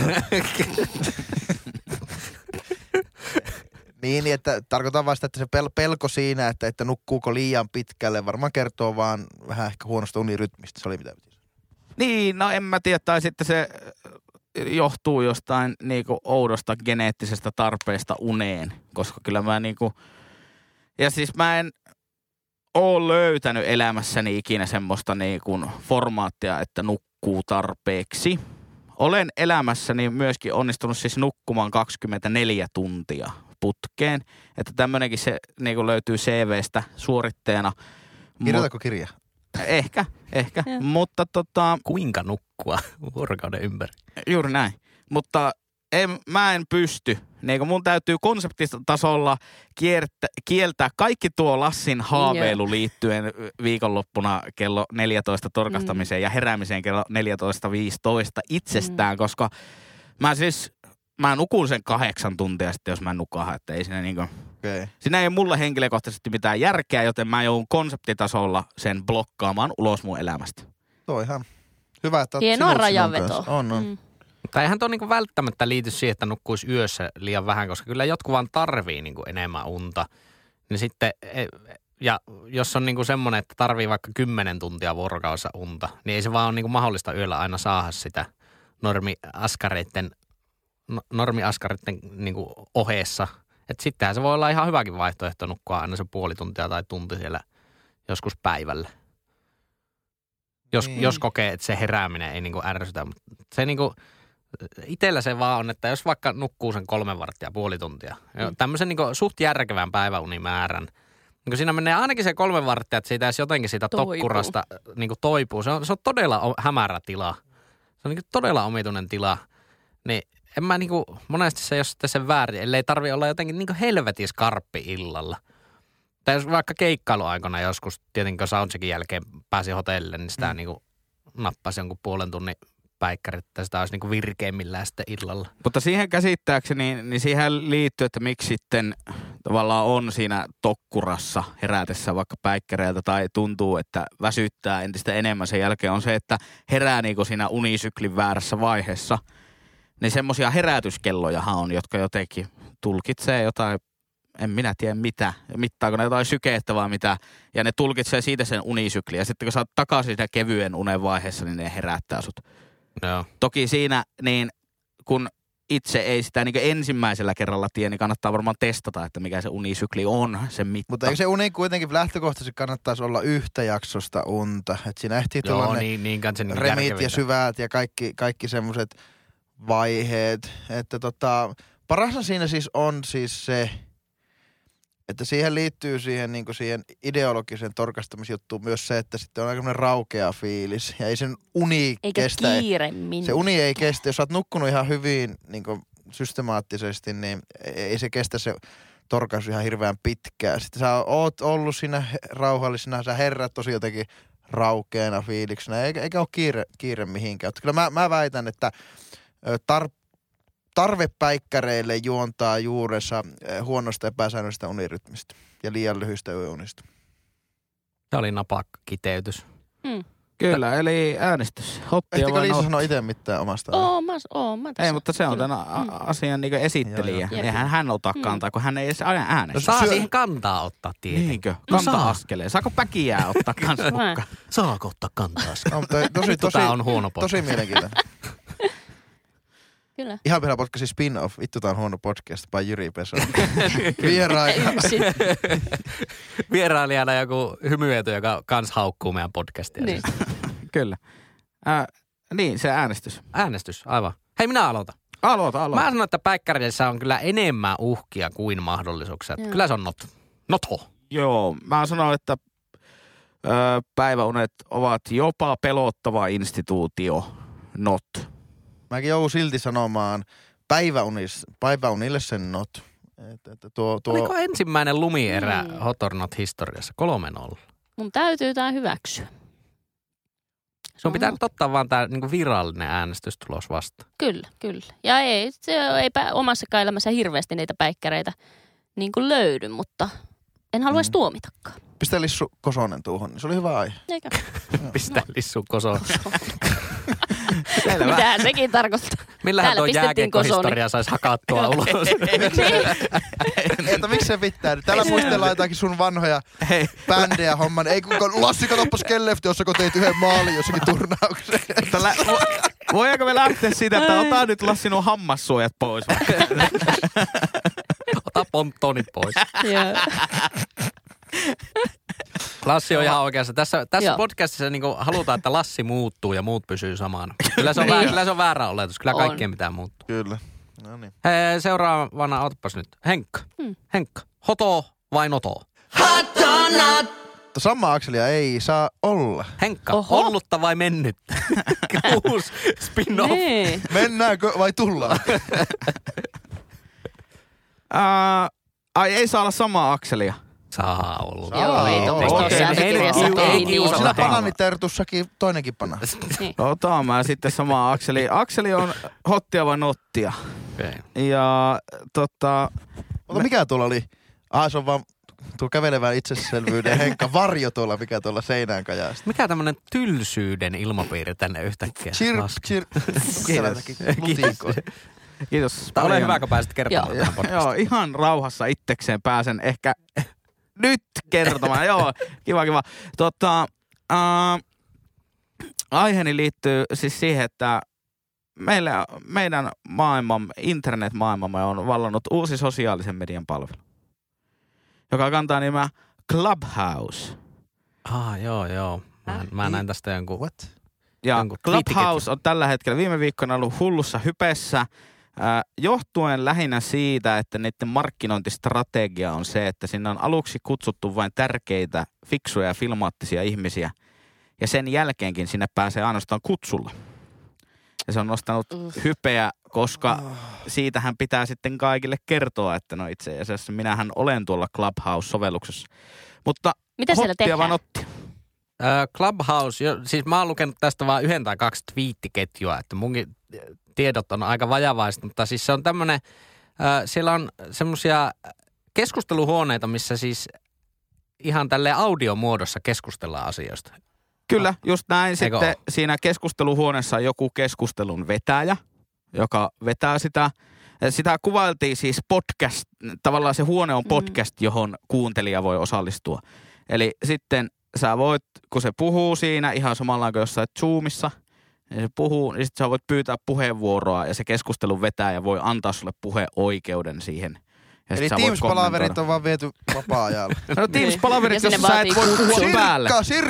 niin, että tarkoitan vasta, että se pelko siinä, että nukkuuko liian pitkälle, varmaan kertoo vaan vähän ehkä huonosta unirytmistä. Se oli mitä piti. Niin, no en mä tiedä, tai sitten se johtuu jostain niinku oudosta geneettisestä tarpeesta uneen, koska kyllä mä niinku, ja siis mä en ole löytänyt elämässäni ikinä semmoista niinku formaattia, että nukkuu tarpeeksi. Olen elämässäni myöskin onnistunut siis nukkumaan 24 tuntia putkeen, että tämmönenkin se niinku löytyy CVstä suoritteena. Kirjoitatko kirja? Ehkä. Mutta kuinka nukkua vuorokauden ympäri? Juuri näin. Mutta mä en pysty. Niin mun täytyy konseptitasolla kieltää kaikki tuo Lassin haaveilu liittyen viikonloppuna kello 14 torkastamiseen ja heräämiseen kello 14.15 itsestään, koska mä nukun sen 8 tuntia sitten, jos mä nukahan, että ei siinä niinku. Okay. Siinä ei ole mulle henkilökohtaisesti mitään järkeä, joten mä joudun konseptitasolla sen blokkaamaan ulos mun elämästä. Tuo ihan hyvä, että hienoa rajanveto. On. Tai eihän tuo niinku välttämättä liity siihen, että nukkuisi yössä liian vähän, koska kyllä jotkut vaan tarvii niinku enemmän unta. Niin sitten, ja jos on niinku semmoinen, että tarvii vaikka 10 tuntia vuorokaudessa unta, niin ei se vaan ole niinku mahdollista yöllä aina saada sitä normiaskareiden niinku ohessa. Että sittenhän se voi olla ihan hyväkin vaihtoehto nukkua aina se puoli tuntia tai tunti siellä joskus päivällä. Jos kokee, että se herääminen ei niinku ärsytä. Mutta se niinku, itsellä se vaan on, että jos vaikka nukkuu sen 3 varttia, puoli tuntia. Tämmöisen niinku suht järkevän päiväunimäärän. Niin siinä menee ainakin se 3 varttia, että siitä edes jotenkin siitä tokkurasta niinku toipuu. Se on todella hämärä tila. Se on niinku todella omituinen tila. Niin en mä niinku, monesti se ei ole sitten sen väärin, ellei tarvi olla jotenkin niinku helvetin skarppi illalla. Tai jos vaikka keikkailuaikana joskus, tietenkin soundcheckin jälkeen pääsi hotellille, niin sitä niinku nappasi jonkun puolen tunnin päikkärit, että sitä olisi niinku virkeimmillään sitten illalla. Mutta siihen käsittääkseni, niin siihen liittyy, että miksi sitten tavallaan on siinä tokkurassa herätessä vaikka päikkäreiltä tai tuntuu, että väsyttää entistä enemmän sen jälkeen, on se, että herää niinku siinä unisyklin väärässä vaiheessa. Niin semmoisia herätyskellojahan on, jotka jotenkin tulkitsee jotain, en minä tiedä mitä, mittaako ne jotain sykeettä vai mitä, ja ne tulkitsee siitä sen unisykliä. Ja sitten kun sä oot takaisin siinä kevyen unen vaiheessa, niin ne herättää sut. No. Toki siinä, niin kun itse ei sitä niin ensimmäisellä kerralla tiedä, niin kannattaa varmaan testata, että mikä se unisykli on, sen mitta. Mutta eikö se uni kuitenkin lähtökohtaisesti kannattaisi olla yhtä jaksosta unta? Että siinä ehtii tulla ne remit ja syvät ja kaikki semmoiset vaiheet. Että parasta siinä siis on siis se, että siihen liittyy siihen ideologisen torkastamisjuttuun myös se, että sitten on aika raukea fiilis. Ja ei sen uni kestä. Eikä kiiremmin. Se uni ei kestä. Jos sä oot nukkunut ihan hyvin systemaattisesti, niin ei se kestä se torkaisu ihan hirveän pitkään. Sitten sä oot ollut siinä rauhallisena, sä herrät tosi jotenkin raukeana fiiliksenä, eikä ole kiire mihinkään. Kyllä mä väitän, että tarve päikkäreille juontaa juurensa huonosta epäsäännöllisestä unirytmistä ja liian lyhyistä yöunista. Tämä oli napakka kiteytys. Kyllä, eli äänestys. Ehtikö Liisa sanoa itse mitään omasta? Mä tässä. Ei, mutta se on tämän asian niin esittelijä. Eihän hän ota kantaa, kun hän ei edes aina äänestä. No saa siihen kantaa ottaa tietenkin. Niinkö? Kanta-askeleen. Saako päkiää ottaa kanssa mukaan? Saako ottaa kantaa-askeleen? Tämä on huono podcast. Tosi mielenkiintoinen. Kyllä. Ihan vielä podcastin spin-off. Vittu, tää on huono podcast by Jyri Peso. Vierailijana joku hymyetö, joka kans haukkuu meidän podcastia. Niin. Kyllä. Niin, se äänestys. Äänestys, aivan. Hei, minä aloitan. Aloita. Mä sanon, että päikkäreissä on kyllä enemmän uhkia kuin mahdollisuuksia. Kyllä se on notho. Joo, mä sanon, että päiväunet ovat jopa pelottava instituutio. Not. Mäkin joudun silti sanomaan päiväunille sen not. Oliko ensimmäinen lumierä Hot or Not historiassa? 3-0. Mun täytyy tää hyväksyä. Sun pitää nyt ottaa vaan tää niinku virallinen äänestystulos vasta. Kyllä. Ja eipä omassakaan elämässä hirveästi niitä päikkäreitä niin kuin löydy, mutta en haluaisi tuomitakaan. Pistä Lissu Kosonen tuohon, niin se oli hyvä aihe. Eikä? Pistä Lissu Kosonen. Mitähän sekin tarkoittaa? Millähän tuo jääkiekkohistoria saisi hakattua ulos? Että miksi se pitää? Täällä muistellaan jotakin sun vanhoja bändejä homman. Ei kukaan, Lassi katoppas Kellefti, jossa teit yhden maalin jossakin turnaukseen. Voidaanko me lähteä siitä, että ota nyt Lassi nuo hammassuojat pois? Ota ponttonit pois. Lassi on ihan oikeassa. Tässä podcastissa niinku halutaan, että Lassi muuttuu ja muut pysyy samana. Kyllä se on väärä oletus. Kyllä kaikkien pitää muuttua. Kyllä. No niin. Seuraavana, otapas nyt. Henkka. Hoto vai noto? Hot or not. Sama akselia ei saa olla. Henkka, ollutta vai mennyttä? Uusi spin-off. Nee. Mennäänkö vai tullaan? Ei saa olla samaa akselia. Saa olla. Joo, ei tuommoista ole sääntökirjassa. Ei niin. Sillä bananitertussakin toinenkin pana. Otan mä sitten samaa akseli. Akseli on hottia vai nottia. Okay. Ja Mutta mikä tuolla oli? Se on vaan tuo kävelevän itseselvyyden Henkka varjo tuolla, mikä tuolla seinään kajaa. Mikä tämmönen tylsyyden ilmapiiri tänne yhtäkkiä? Kiitos. Tämä oli hyvä, kun pääsit kertomaan tähän podcastiin. Joo, ihan rauhassa itsekseen pääsen ehkä nyt kertomaan. Joo, kiva. Aiheeni liittyy siis siihen, että meidän internetmaailmamme on vallannut uusi sosiaalisen median palvelu, joka kantaa nimeä Clubhouse. Joo. Mä näin tästä jonkun. What? Ja Clubhouse on tällä hetkellä viime viikkoina ollut hullussa hypessä, johtuen lähinnä siitä, että niiden markkinointistrategia on se, että sinne on aluksi kutsuttu vain tärkeitä, fiksuja ja filmaattisia ihmisiä. Ja sen jälkeenkin sinne pääsee ainoastaan kutsulla. Ja se on nostanut hypeä, koska siitähän pitää sitten kaikille kertoa, että no itse asiassa minähän olen tuolla Clubhouse-sovelluksessa. Mutta mitä siellä hottia vaan otti. Clubhouse, siis mä oon lukenut tästä vaan 1 tai 2 twiittiketjua, että munkin tiedot on aika vajavaista, mutta siis se on tämmönen, siellä on semmosia keskusteluhuoneita, missä siis ihan tälleen audiomuodossa keskustellaan asioista. Kyllä, just näin. Sitten siinä keskusteluhuoneessa on joku keskustelun vetäjä, joka vetää sitä. Sitä kuvailtiin siis podcast, tavallaan se huone on podcast, johon kuuntelija voi osallistua. Eli sitten sä voit, kun se puhuu siinä ihan samalla kuin jossain Zoomissa, niin se puhuu, niin sitten sä voit pyytää puheenvuoroa ja se keskustelun vetäjä voi antaa sulle puheoikeuden siihen. Ja eli Teams-palaverit on vaan viety vapaa-ajalla. No Teams-palaverit, jos sä et voi puhua päälle.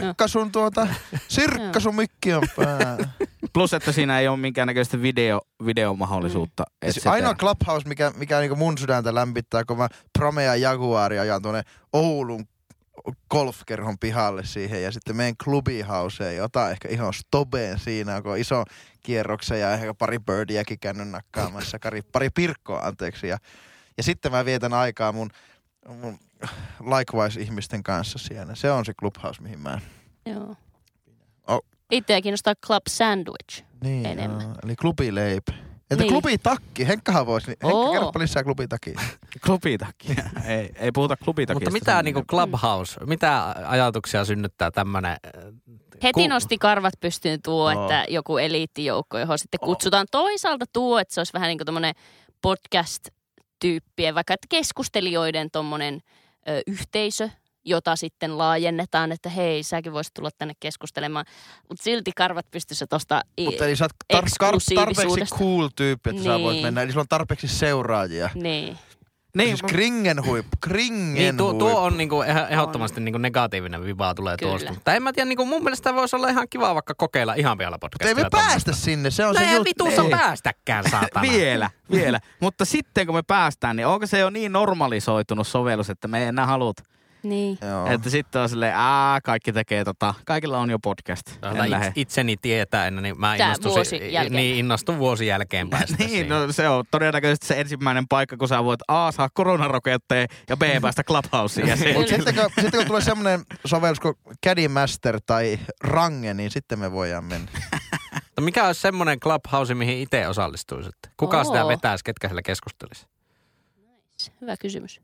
Sirkka sun mikki on päällä. Plus, että siinä ei ole minkäännäköistä videomahdollisuutta. Siis ainoa Clubhouse, mikä niinku mun sydäntä lämpittää, kun mä Promea Jaguari ajan tuonne Oulun golfkerhon pihalle siihen ja sitten menen Clubhouseen ja otan ehkä ihan stobeen siinä, kun on iso kierroksen ja ehkä pari birdiäkin käynyt nakkaamassa, pari pirkkoa anteeksi. Ja sitten mä vietän aikaa mun likewise-ihmisten kanssa siellä. Se on se Clubhouse, mihin mä... Joo. Itseä kiinnostaa Club Sandwich enemmän. Joo. Eli klubileipä. Entä klubitakki? Henkkahan voisi. Henkka, kerropa lisää klubitakia. Klubitakki. ei puhuta klubitakista. Mutta mitä niinku Clubhouse, mitä ajatuksia synnyttää tämmönen... Heti nosti karvat pystyyn että joku eliittijoukko, johon sitten kutsutaan. Toisaalta että se olisi vähän niin kuin tommonen podcast-tyyppien, vaikka että keskustelijoiden tommonen yhteisö, jota sitten laajennetaan, että hei, säkin voisit tulla tänne keskustelemaan. Mutta silti karvat pystyssä tosta mutta eli sä oot tarpeeksi cool tyyppi, että sä voit mennä. Eli sulla on tarpeeksi seuraajia. Niin. Siis Kringenhuippu. Niin, tuo on niinku ehdottomasti niinku negatiivinen vibaa tulee tuosta. Mutta en mä tiedä, niinku mun mielestä voisi olla ihan kiva vaikka kokeilla ihan vielä podcastia. Ei me päästä sinne, se on se juttu. No ei vitussa päästäkään, saatana. Vielä. Mutta sitten kun me päästään, niin onko se jo niin normalisoitunut sovellus, että me ei enää haluta? Niin. Joo. Että sitten on silleen, kaikki tekee kaikilla on jo podcast. Itseni tietää ennen, niin mä innostun vuosi jälkeenpäin. Niin, no se on todennäköisesti se ensimmäinen paikka, kun sä voit saa koronarokotteen ja B päästä Clubhouseen. Sitten kun tulee semmoinen sovellus kuin Caddy Master tai Range, niin sitten me voidaan mennä. No mikä olisi semmoinen Clubhouse, mihin itse osallistuisitte? Kuka sitä vetäisi, ketkä siellä keskustelisi? Hyvä kysymys.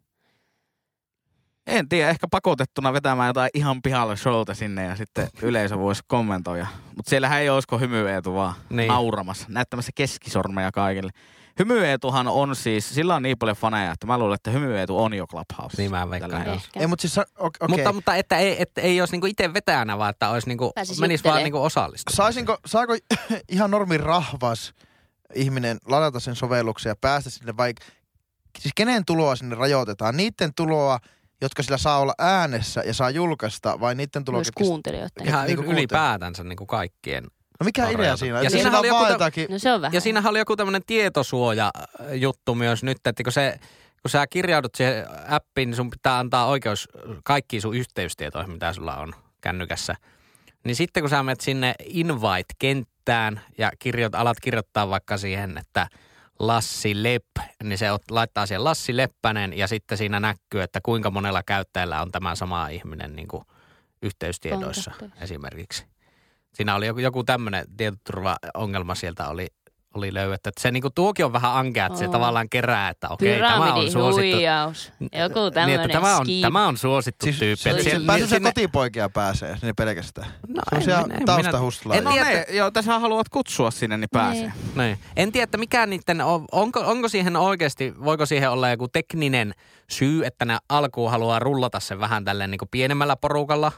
En tiedä, ehkä pakotettuna vetämään jotain ihan pihalle showta sinne ja sitten yleisö voisi kommentoida. Mutta siellähän ei olisiko Hymy-Eetu vaan nauramassa, näyttämässä keskisormeja kaikille. Hymy-Eetuhan on siis, sillä on niin paljon faneja, että mä luulen, että Hymy-Eetu on jo Clubhouse. Niin mä veikkaan. Ei, mutta siis, okay. Mutta että ei olisi niinku itse vetäjänä, vaan että olisi niinku, menisi vaan niinku osallistumaan. Saako ihan normin rahvas ihminen ladata sen sovelluksen ja päästä sinne vaikka, siis kenen tuloa sinne rajoitetaan? Niiden tuloa, jotka sillä saa olla äänessä ja saa julkaista, vai niiden tuloa? Myös kuuntelijoiden. Ihan ylipäätänsä niinku kaikkien. No mikä idea siinä on? Ja siinähän oli se on vähän. Ja siinähän oli joku tämmöinen tietosuoja-juttu myös nyt, että kun sä kirjaudut siihen appiin, niin sun pitää antaa oikeus kaikkiin sun yhteystietoihin, mitä sulla on kännykässä. Niin sitten kun sä menet sinne invite-kenttään ja alat kirjoittaa vaikka siihen, että Lassi Lepp, niin se laittaa siihen Lassi Leppänen ja sitten siinä näkyy, että kuinka monella käyttäjällä on tämä sama ihminen niin kuin yhteystiedoissa esimerkiksi. Siinä oli joku tämmöinen tietoturvaongelma sieltä oli löydetty. Että se niinku tuokin on vähän ankea, että se tavallaan kerää, että okei, tämä on suosittu. Huijaus. Joku tämmöinen niin, tämä on suosittu tyyppi. Pääsee kotipoikia pääsee sinne pelkästään. No, sellaisia taustahustlaisia. No tässä haluat kutsua sinne, niin pääsee. Niin. En tiedä, että mikä niiden onko siihen oikeasti, voiko siihen olla joku tekninen syy, että ne alkuun haluaa rullata sen vähän tälleen niin kuin pienemmällä porukalla.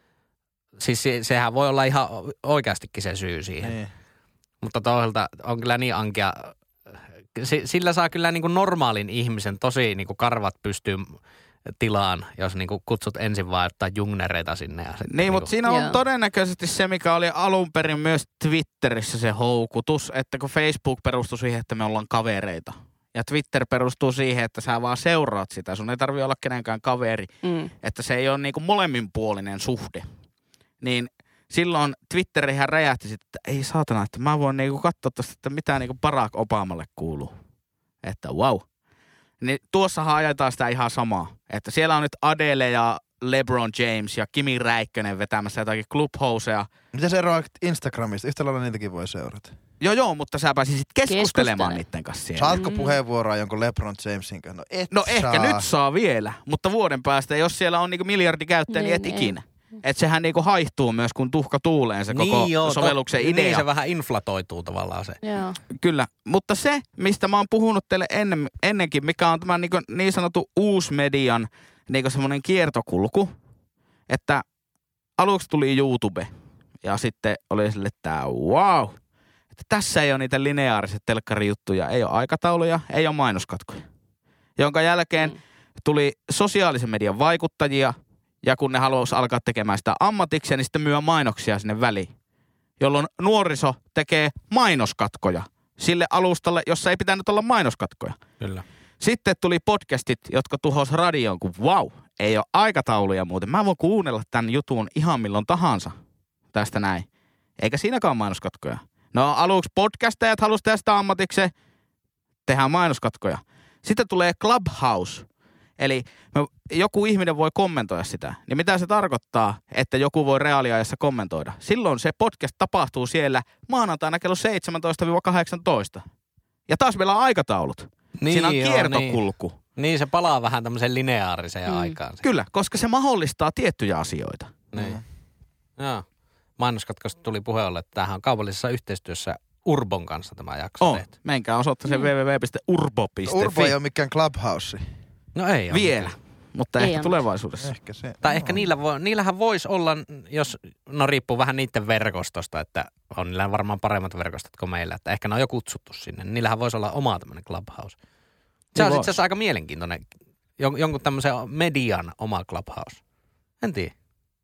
Siis sehän voi olla ihan oikeastikin se syy siihen. Niin. Mutta toisaalta on kyllä niin ankea. Sillä saa kyllä niin kuin normaalin ihmisen tosi niin kuin karvat pystyy tilaan, jos niin kuin kutsut ensin vaan jotain jungnereita sinne. Ja niin, mutta siinä on todennäköisesti se, mikä oli alun perin myös Twitterissä se houkutus, että kun Facebook perustui siihen, että me ollaan kavereita. Ja Twitter perustuu siihen, että sä vaan seuraat sitä. Sun ei tarvitse olla kenenkään kaveri. Että se ei ole niin kuin molemminpuolinen suhde. Niin silloin Twitterihän räjähti sitten, että ei saatana, että mä voin niinku katsoa tosta, että mitä niinku Barack Obamalle kuuluu. Että wow. Niin tuossahan ajetaan sitä ihan samaa. Että siellä on nyt Adele ja LeBron James ja Kimi Räikkönen vetämässä jotakin Clubhousea. Mitä se eroaa Instagramista? Yhtä lailla niitäkin voi seurata. Joo, mutta sä pääsisit keskustelemaan niiden kanssa siellä. Saatko puheenvuoroa jonkun LeBron Jamesin kanssa? No ehkä nyt saa vielä, mutta vuoden päästä, jos siellä on niinku miljardi käyttäjä, niin et ikinä. Että sehän niinku haihtuu myös, kun tuhka tuuleen se koko sovelluksen idea. Niin, se vähän inflatoituu tavallaan se. Joo. Kyllä, mutta se, mistä mä oon puhunut teille ennenkin, mikä on tämä niin sanottu uusmedian niinku semmoinen kiertokulku, että aluksi tuli YouTube ja sitten oli sille, että wow, että tässä ei ole niitä lineaariset telkkarijuttuja, ei ole aikatauluja, ei ole mainoskatkoja. Jonka jälkeen tuli sosiaalisen median vaikuttajia, ja kun ne haluaisi alkaa tekemään sitä ammatiksi, niin sitten myö mainoksia sinne väliin. Jolloin nuoriso tekee mainoskatkoja sille alustalle, jossa ei pitänyt olla mainoskatkoja. Kyllä. Sitten tuli podcastit, jotka tuhos radioon, kun ei ole aikatauluja muuten. Mä voin kuunnella tämän jutun ihan milloin tahansa tästä näin. Eikä siinäkään mainoskatkoja. No aluksi podcastajat halusi tehdä sitä ammatikseen, tehdään mainoskatkoja. Sitten tulee Clubhouse. Eli joku ihminen voi kommentoida sitä. Niin mitä se tarkoittaa, että joku voi reaaliajassa kommentoida? Silloin se podcast tapahtuu siellä maanantaina kello 17-18. Ja taas meillä on aikataulut. Niin, siinä on kiertokulku. Niin, se palaa vähän tämmöiseen lineaariseen aikaan. Kyllä, koska se mahdollistaa tiettyjä asioita. Niin. Joo. Mainoskatkosta tuli puheelle, että tämähän on kaupallisessa yhteistyössä Urbon kanssa tämä jakso tehty. Menkää osoitteeseen www.urbo.fi. Urbo ei ole mikään Clubhouse. No ei ole. Vielä, mutta ei ehkä tulevaisuudessa. Ehkä se. Tai ehkä niillähän voisi olla, jos, riippuu vähän niiden verkostosta, että on niillä varmaan paremmat verkostot kuin meillä, että ehkä ne on jo kutsuttu sinne. Niillähän voisi olla oma tämmöinen Clubhouse. Se on itse asiassa aika mielenkiintoinen, jonkun tämmöisen median oma Clubhouse. En tiedä.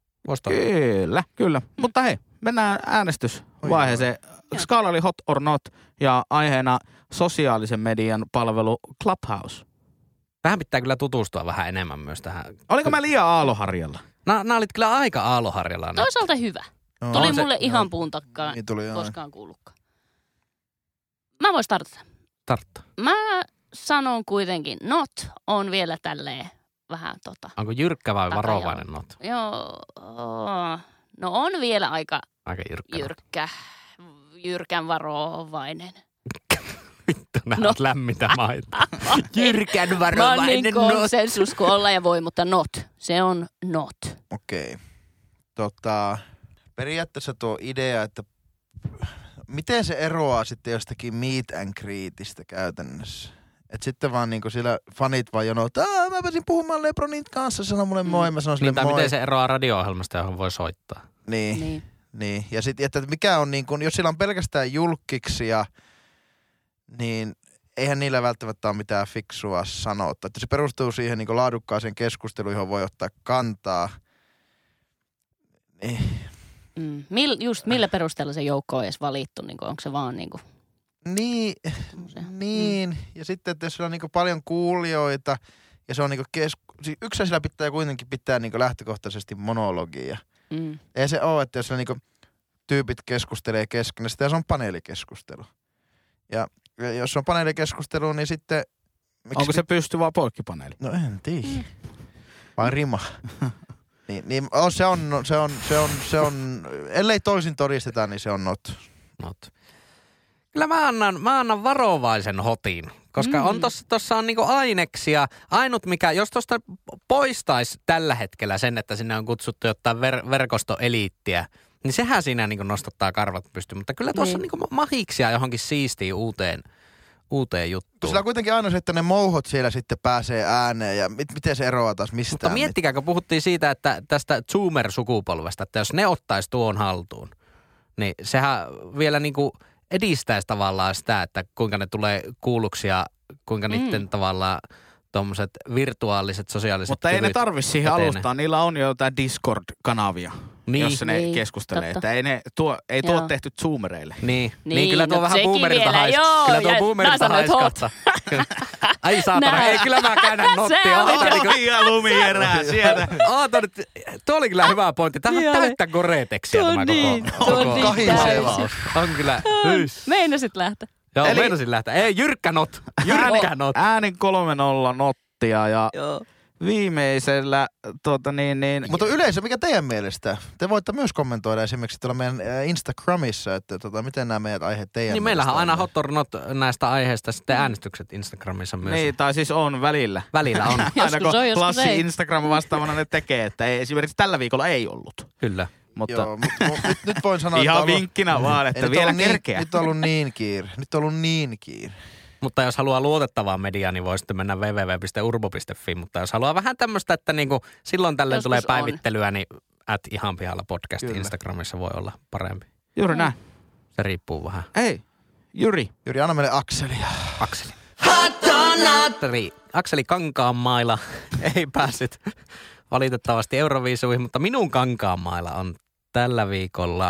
Kyllä. Mutta hei, mennään äänestysvaiheeseen. Skaala oli hot or not ja aiheena sosiaalisen median palvelu Clubhouse. Vähän pitää kyllä tutustua vähän enemmän myös tähän. Oliko mä liian aaloharjalla? Nää olit kyllä aika aaloharjalla. Toisaalta hyvä. No, Tuli se- mulle ihan puun takkaan, Niin tuli, joo. koskaan kuullutkaan. Mä vois tarttaa. Tarttu. Mä sanon kuitenkin, not on vielä tälleen vähän Onko jyrkkä vai Takajalka. varovainen not? Joo, no on vielä aika Aika jyrkkä. jyrkän varovainen. Vittu, nää No. on lämmintä maita. Jyrkän Mä oon varovainen niin not. konsensus kuin olla ja voi, mutta not. Se on not. Okei. Periaatteessa tuo idea, että miten se eroaa sitten jostakin meet and greetistä käytännössä? Et sitten vaan niinku siellä fanit vaan jonoa, että mä pääsin puhumaan LeBronin kanssa, sanoi mulle moi, mä sanoin sille Niin, tai moi. miten se eroaa radio-ohjelmasta, johon voi soittaa? Niin. Ja sitten, että mikä on niinku, jos sillä on pelkästään julkkiksia, niin eihän niillä välttämättä ole mitään fiksua sanottaa. Että se perustuu siihen niinku laadukkaaseen keskusteluun, johon voi ottaa kantaa. Niin. Just millä perusteella se joukko on edes valittu? Niin onko se vaan niin kuin... Niin. Ja sitten, että jos sillä on niinku paljon kuulijoita ja se on niinku yksi sillä pitää kuitenkin pitää niinku lähtökohtaisesti monologia. Ei se ole, että jos sillä niinku tyypit keskustelee keskenään, sitten se on paneelikeskustelu. Ja jos on paneelikeskustelu, niin sitten... Onko se pystyvä poikkipaneeli? No en tiedä. Vai rima. niin se on, ellei toisin todisteta, niin se on not. Kyllä mä annan varovaisen hotin, koska on tossa on niinku aineksia. Ainut mikä, jos tosta poistaisi tällä hetkellä sen, että sinne on kutsuttu jotain verkostoeliittiä, niin sehän siinä niinku nostattaa karvat pystyyn. Mutta kyllä tuossa on niinku mahiksia johonkin siistiin uuteen juttuun. Sillä on kuitenkin aina se, että ne mouhot siellä sitten pääsee ääneen ja miten se eroaa taas mistään. Mutta miettikää, kun puhuttiin siitä, että tästä Zoomer-sukupolvesta, että jos ne ottaisi tuon haltuun, niin sehän vielä niinku edistäisi tavallaan sitä, että kuinka ne tulee kuulluksi ja kuinka niiden tavallaan tommoset virtuaaliset sosiaaliset Mutta ei ne kyvyt tarvitse siihen etenee. alustaan. Niillä on jo jotain Discord-kanavia, jossa ne keskustelee. Totta. Että ei tuo tehty zoomereille. Niin kyllä tuo no vähän sekin boomerilta vielä, haiskaa. joo, Kyllä tuo ja boomerilta nää sanoit hot. haiskattaa. Ai saatana, Nää. ei kyllä mä käännän nottia. Se oli Oota, niinku- Ja lumi erää sieltä. Oota nyt, tuo oli kyllä hyvä pointti. Tämä on Niin oli. täyttä Goreteksia Tuo tämä niin, koko. tuo niin kahisevaus. On kyllä. Meinasit lähteä. Joo, Eli- meinasin lähteä. Ei, jyrkkä not. Äänin 3-0 nottia ja Joo. viimeisellä Mutta yleensä, mikä teidän mielestä? Te voitte myös kommentoida esimerkiksi tuolla meidän Instagramissa, että miten nämä meidän aiheet teidän Niin mielestä meillähän on aina on. hot or not näistä aiheista sitten äänestykset Instagramissa myös. Niin, tai siis on välillä. Välillä on. Aina Joskus kun on, joskus Lassi ei. Instagram vastaavana ne tekee, että ei, esimerkiksi tällä viikolla ei ollut. Kyllä. Mutta Joo, mutta nyt voin sanoa, ihan että on ollut- vinkkinä vaan, että Ei, vielä ollut kerkeä. Nyt on ollut niin kiire. Mutta jos haluaa luotettavaa mediaa, niin voi sitten mennä www.urbo.fi. Mutta jos haluaa vähän tämmöistä, että niinku silloin tällöin Joskus tulee on. päivittelyä, niin @ihan pihalla podcast Kyllä. Instagramissa voi olla parempi. Juuri näin. Se riippuu vähän. Ei, Jyri. Jyri, anna meille Akselia. Akseli. Hot or not. Akseli Kankaanmaila ei päässyt valitettavasti Euroviisuihin, mutta minun Kankaanmailla on tällä viikolla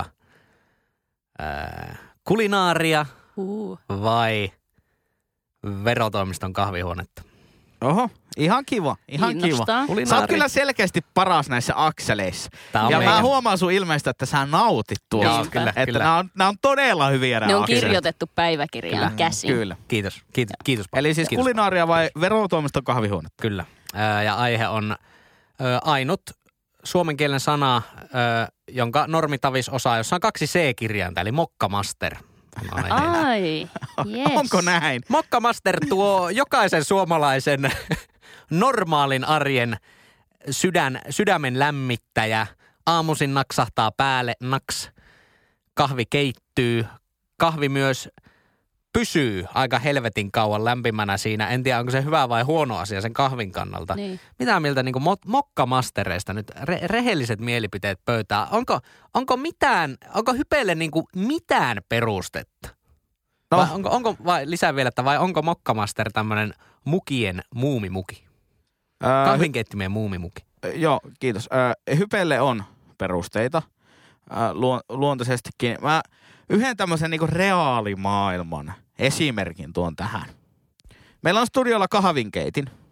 kulinaaria vai verotoimiston kahvihuonetta. Oho, ihan kiva, ihan kiva. Kiinnostaa. Sä Kulinaari. oot kyllä selkeästi paras näissä akseleissa. Tää on Ja mä meidän. huomaan sun ilmeestä, että sä nautit tuosta. Joo, kyllä, Että kyllä. Nämä on todella hyviä Ne on akseleet. kirjoitettu päiväkirjaan käsin. Kyllä. Kiitos. Eli siis Kiitos. kulinaaria vai verotoimiston kahvihuone? Kyllä. Ja aihe on ainut suomen kielen sana, jonka normitavis osaa, jossa on 2 C-kirjainta, eli Mokkamaster. on aiheena. Ai, yes. Onko näin? Mokkamaster tuo jokaisen suomalaisen normaalin arjen sydämen lämmittäjä. Aamuisin naksahtaa päälle, naks. Kahvi keittyy. Kahvi myös pysyy aika helvetin kauan lämpimänä siinä. En tiedä, onko se hyvä vai huono asia sen kahvin kannalta. Niin. Mitä mieltä niin mokkamastereista nyt? Rehelliset mielipiteet pöytään. Onko Hypelle niin kuin mitään perustetta? No. Vai vai lisää vielä, että vai onko mokkamaster tämmöinen mukien muumimuki? Kahvinkeittimien muumimuki. Joo, kiitos. Hypelle on perusteita luontaisestikin. Mä yhden tämmöisen niinku reaalimaailman esimerkin tuon tähän. Meillä on studiolla kahvinkeitin.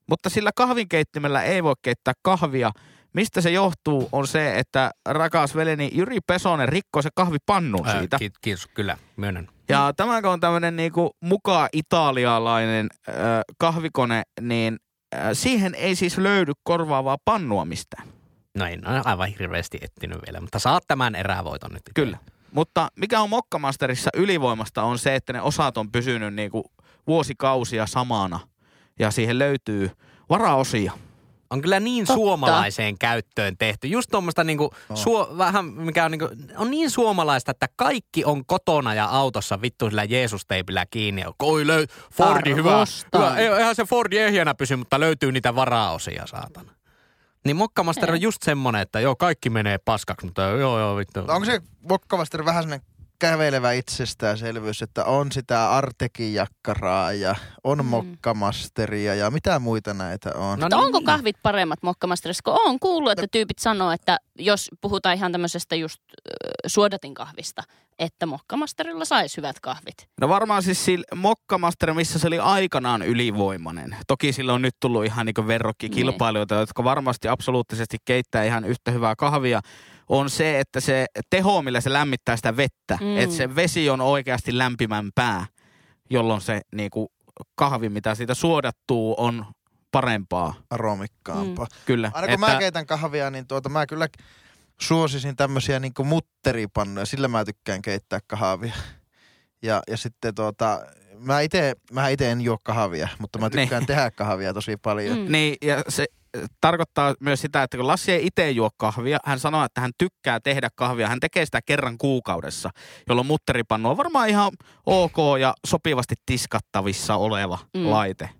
mutta sillä kahvinkeittimellä ei voi keittää kahvia. Mistä se johtuu on se, että rakas veljeni Jyri Pesonen rikkoi se kahvipannun siitä. Kiitos, kyllä, myönnän. Ja tämä on tämmöinen niinku muka italialainen kahvikone, niin siihen ei siis löydy korvaavaa pannua mistään. No en ole aivan hirveästi etsinyt vielä, mutta saat tämän erävoiton nyt. Kyllä. Mutta mikä on Mokkamasterissa ylivoimasta on se, että ne osat on pysynyt niinku vuosikausia samana. Ja siihen löytyy varaosia. On kyllä niin suomalaiseen käyttöön tehty. Just tuommoista niinku, vähän mikä on niinku, on niin suomalaista, että kaikki on kotona ja autossa vittu sillä Jeesus-teipillä kiinni. Fordi hyvä. Eihän se Fordi ehjänä pysy, mutta löytyy niitä varaosia, saatana. Niin Mokkamaster on just semmonen, että joo, kaikki menee paskaksi, mutta joo, vittu. Onko se Mokkamaster vähän semmoinen kävelevä itsestäänselvyys, että on sitä Artekin jakkaraa ja on Mokkamasteria ja mitä muita näitä on? No niin. Onko kahvit paremmat Mokkamasterissa? Kun olen kuullut, että tyypit sanoo, että jos puhutaan ihan tämmöisestä just suodatin kahvista, että Mokkamasterilla saisi hyvät kahvit. No varmaan siis Mokkamaster, missä se oli aikanaan ylivoimainen. Toki sillä on nyt tullut ihan niin kuin verrokkikilpailijoita, jotka varmasti absoluuttisesti keittää ihan yhtä hyvää kahvia. On se, että se teho, millä se lämmittää sitä vettä, että se vesi on oikeasti lämpimämpää, jolloin se niinku kahvi, mitä siitä suodattuu, on parempaa. Aromikkaampaa. Kyllä. Aina kun mä keitän kahvia, niin mä kyllä suosisin tämmöisiä niinku mutteripannuja. Sillä mä tykkään keittää kahvia. Ja sitten mä ite en juo kahvia, mutta mä tykkään tehdä kahvia tosi paljon. Niin, ja se tarkoittaa myös sitä, että kun Lassi ei itse juo kahvia, hän sanoo, että hän tykkää tehdä kahvia. Hän tekee sitä kerran kuukaudessa, jolloin mutteripannu on varmaan ihan ok ja sopivasti tiskattavissa oleva laite.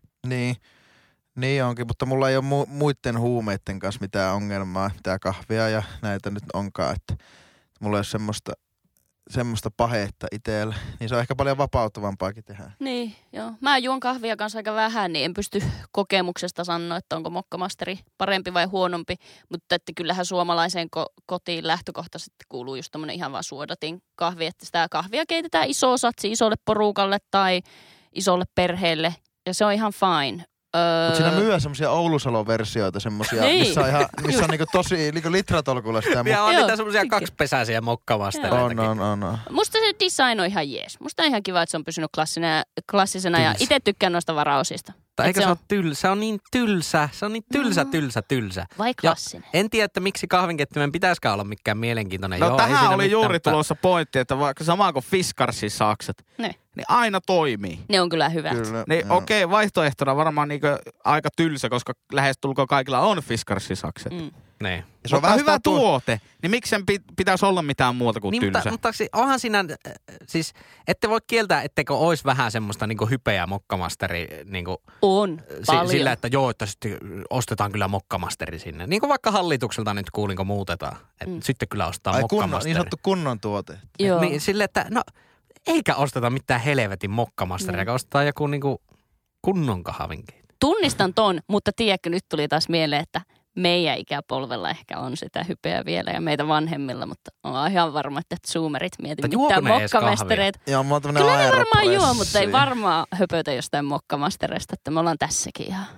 Niin onkin, mutta mulla ei ole muiden huumeiden kanssa mitään ongelmaa, mitä kahvia ja näitä nyt onkaan, että mulla ei ole semmoista pahetta itsellä, niin se on ehkä paljon vapauttavampaakin tehdä. Niin, joo. Mä juon kahvia kanssa aika vähän, niin en pysty kokemuksesta sanoa, että onko Mokkamasteri parempi vai huonompi, mutta että kyllähän suomalaiseen kotiin lähtökohtaisesti kuuluu just tommonen ihan vaan suodatin kahvi, että sitä kahvia keitetään iso satsi isolle porukalle tai isolle perheelle ja se on ihan fine. Mutta siinä myy semmosia Oulusalon-versioita, semmosia, missä on niinku tosi niinku litratolkulla sitä. Ja on niitä semmosia kaksipesäisiä Mokkamastereitakin. On. Musta se design on ihan jees. Musta on ihan kiva, että se on pysynyt klassisena ja itse tykkään noista varaosista. Eikä se ole tylsä, se on niin tylsä. Se on niin tylsä. Vai klassinen? Ja en tiedä, että miksi kahvinkeittimen pitäisikään olla mikään mielenkiintoinen. No tähän oli juuri tulossa pointti, että vaikka sama kuin Fiskarsin sakset, niin aina toimii. Ne on kyllä hyvät. Niin okei, vaihtoehtona varmaan niinku aika tylsä, koska lähestulkoon kaikilla on Fiskarsin sakset. Niin. Se on vähän hyvä tuote, niin miksi sen pitäisi olla mitään muuta kuin tylsä? Mutta onhan siinä, siis ette voi kieltää, etteikö olisi vähän semmoista niinku hypeä Mokkamasteri niinku on, paljon. Sillä, että joo, että sitten ostetaan kyllä Mokkamasteri sinne. Niin kuin vaikka hallitukselta nyt kuulinko muutetaan, että sitten kyllä ostetaan Mokkamasteri. Niin sanottu kunnon tuote. Joo. Niin sille, että no eikä osteta mitään helvetin Mokkamasteria, eikä ostetaan joku niinku kunnon kahvinkeita. Tunnistan ton, mutta tiedätkö, nyt tuli taas mieleen, että meidän ikäpolvella ehkä on sitä hypeä vielä ja meitä vanhemmilla, mutta on ihan varma, että zoomerit mietit mitään mokkamastereita. Joo, mä oon tämmönen kyllä ne varmaan juo, mutta ei varmaan höpötä jostain mokkamastereista, että me ollaan tässäkin ihan.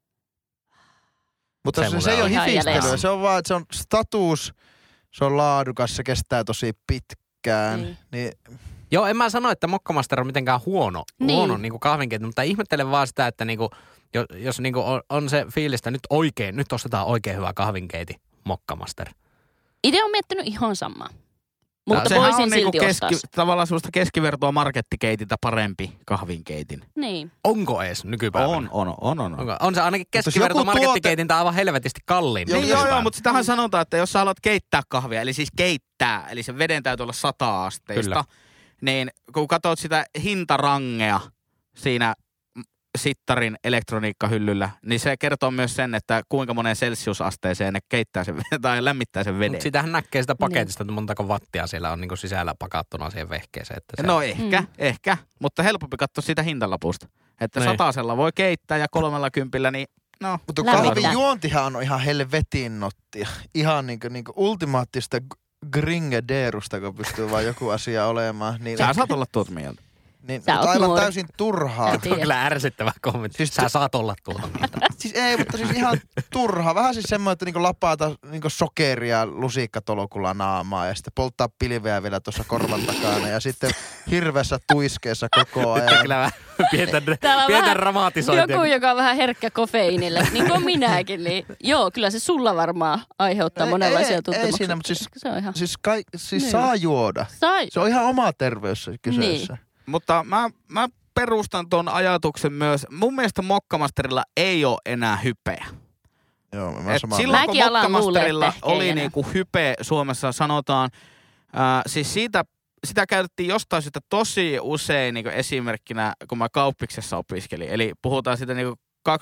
Mutta se ei ole hifistelyä, se on vaan, että se on status, se on laadukas, se kestää tosi pitkään. Niin. Joo, en mä sano, että Mokkamaster on mitenkään huono niinku kahvinkeiti, mutta ihmettelen vaan sitä, että niinku, jos niinku on se fiilistä nyt ostetaan oikein hyvä kahvinkeiti, Mokkamaster. Itse on miettinyt ihan samaa. Mutta sehän voisin on silti niinku ostaa. tavallaan sellaista keskivertoa markettikeitintä parempi kahvinkeitin. Niin. Onko ees nykypäivänä? On. On se ainakin keskivertoa markettikeitintä aivan helvetisti kalliin. Joo, mutta sitähän sanotaan, että jos sä haluat keittää kahvia, eli siis keittää, eli sen veden täytyy olla 100 asteista. Kyllä. Niin kun katsot sitä hintarangea siinä Sittarin elektroniikkahyllyllä, niin se kertoo myös sen, että kuinka monen celsiusasteeseen ne keittää sen tai lämmittää sen veden. Mutta sitähän näkee sitä paketista, että montako wattia siellä on niin kuin sisällä pakattuna siihen vehkeeseen. Että no ehkä, mutta helpompi katsoa siitä hintalapusta. Että 100 voi keittää ja 30, niin no. Mutta kahvin juontihan on ihan helvetin nottia. Ihan niinku ultimaattista gringederusta, kun pystyy vaan joku asia olemaan. Niin sä saat olla tuot mieltä. Niin, Sä mutta oot aivan nuori. täysin turhaa. Tuo on kyllä ärsyttävä kommentti. Siis Sä saat olla tuota mieltä. Siis ei, mutta siis ihan turha. Vähän siis semmoinen, että niinku lapata niinku sokeria lusikkatolokulla naamaa ja sitten polttaa pilveä vielä tuossa korvan takana ja sitten hirveässä tuiskeessa koko Nyt on ajan. kyllä vähän pientä vähän dramatisointia. joku, joka on vähän herkkä kofeiinille, niin kuin minäkin. Niin, joo, kyllä se sulla varmaan aiheuttaa monenlaisia tuntemuksia. Ei siinä, mutta se on ihan... Siis Niin. saa juoda. Se on ihan oma terveys kyseessä. Niin. Mutta mä perustan ton ajatuksen myös. Mun mielestä Mokkamasterilla ei ole enää hypeä. Joo, mä oon samaa Silloin Mäkin kun alan Mokkamasterilla luulee, että ehkä ei oli enää. niinku hype Suomessa, sanotaan, siis sitä käytettiin jostain syystä tosi usein niinku esimerkkinä, kun mä Kauppiksessa opiskelin. Eli puhutaan siitä niinku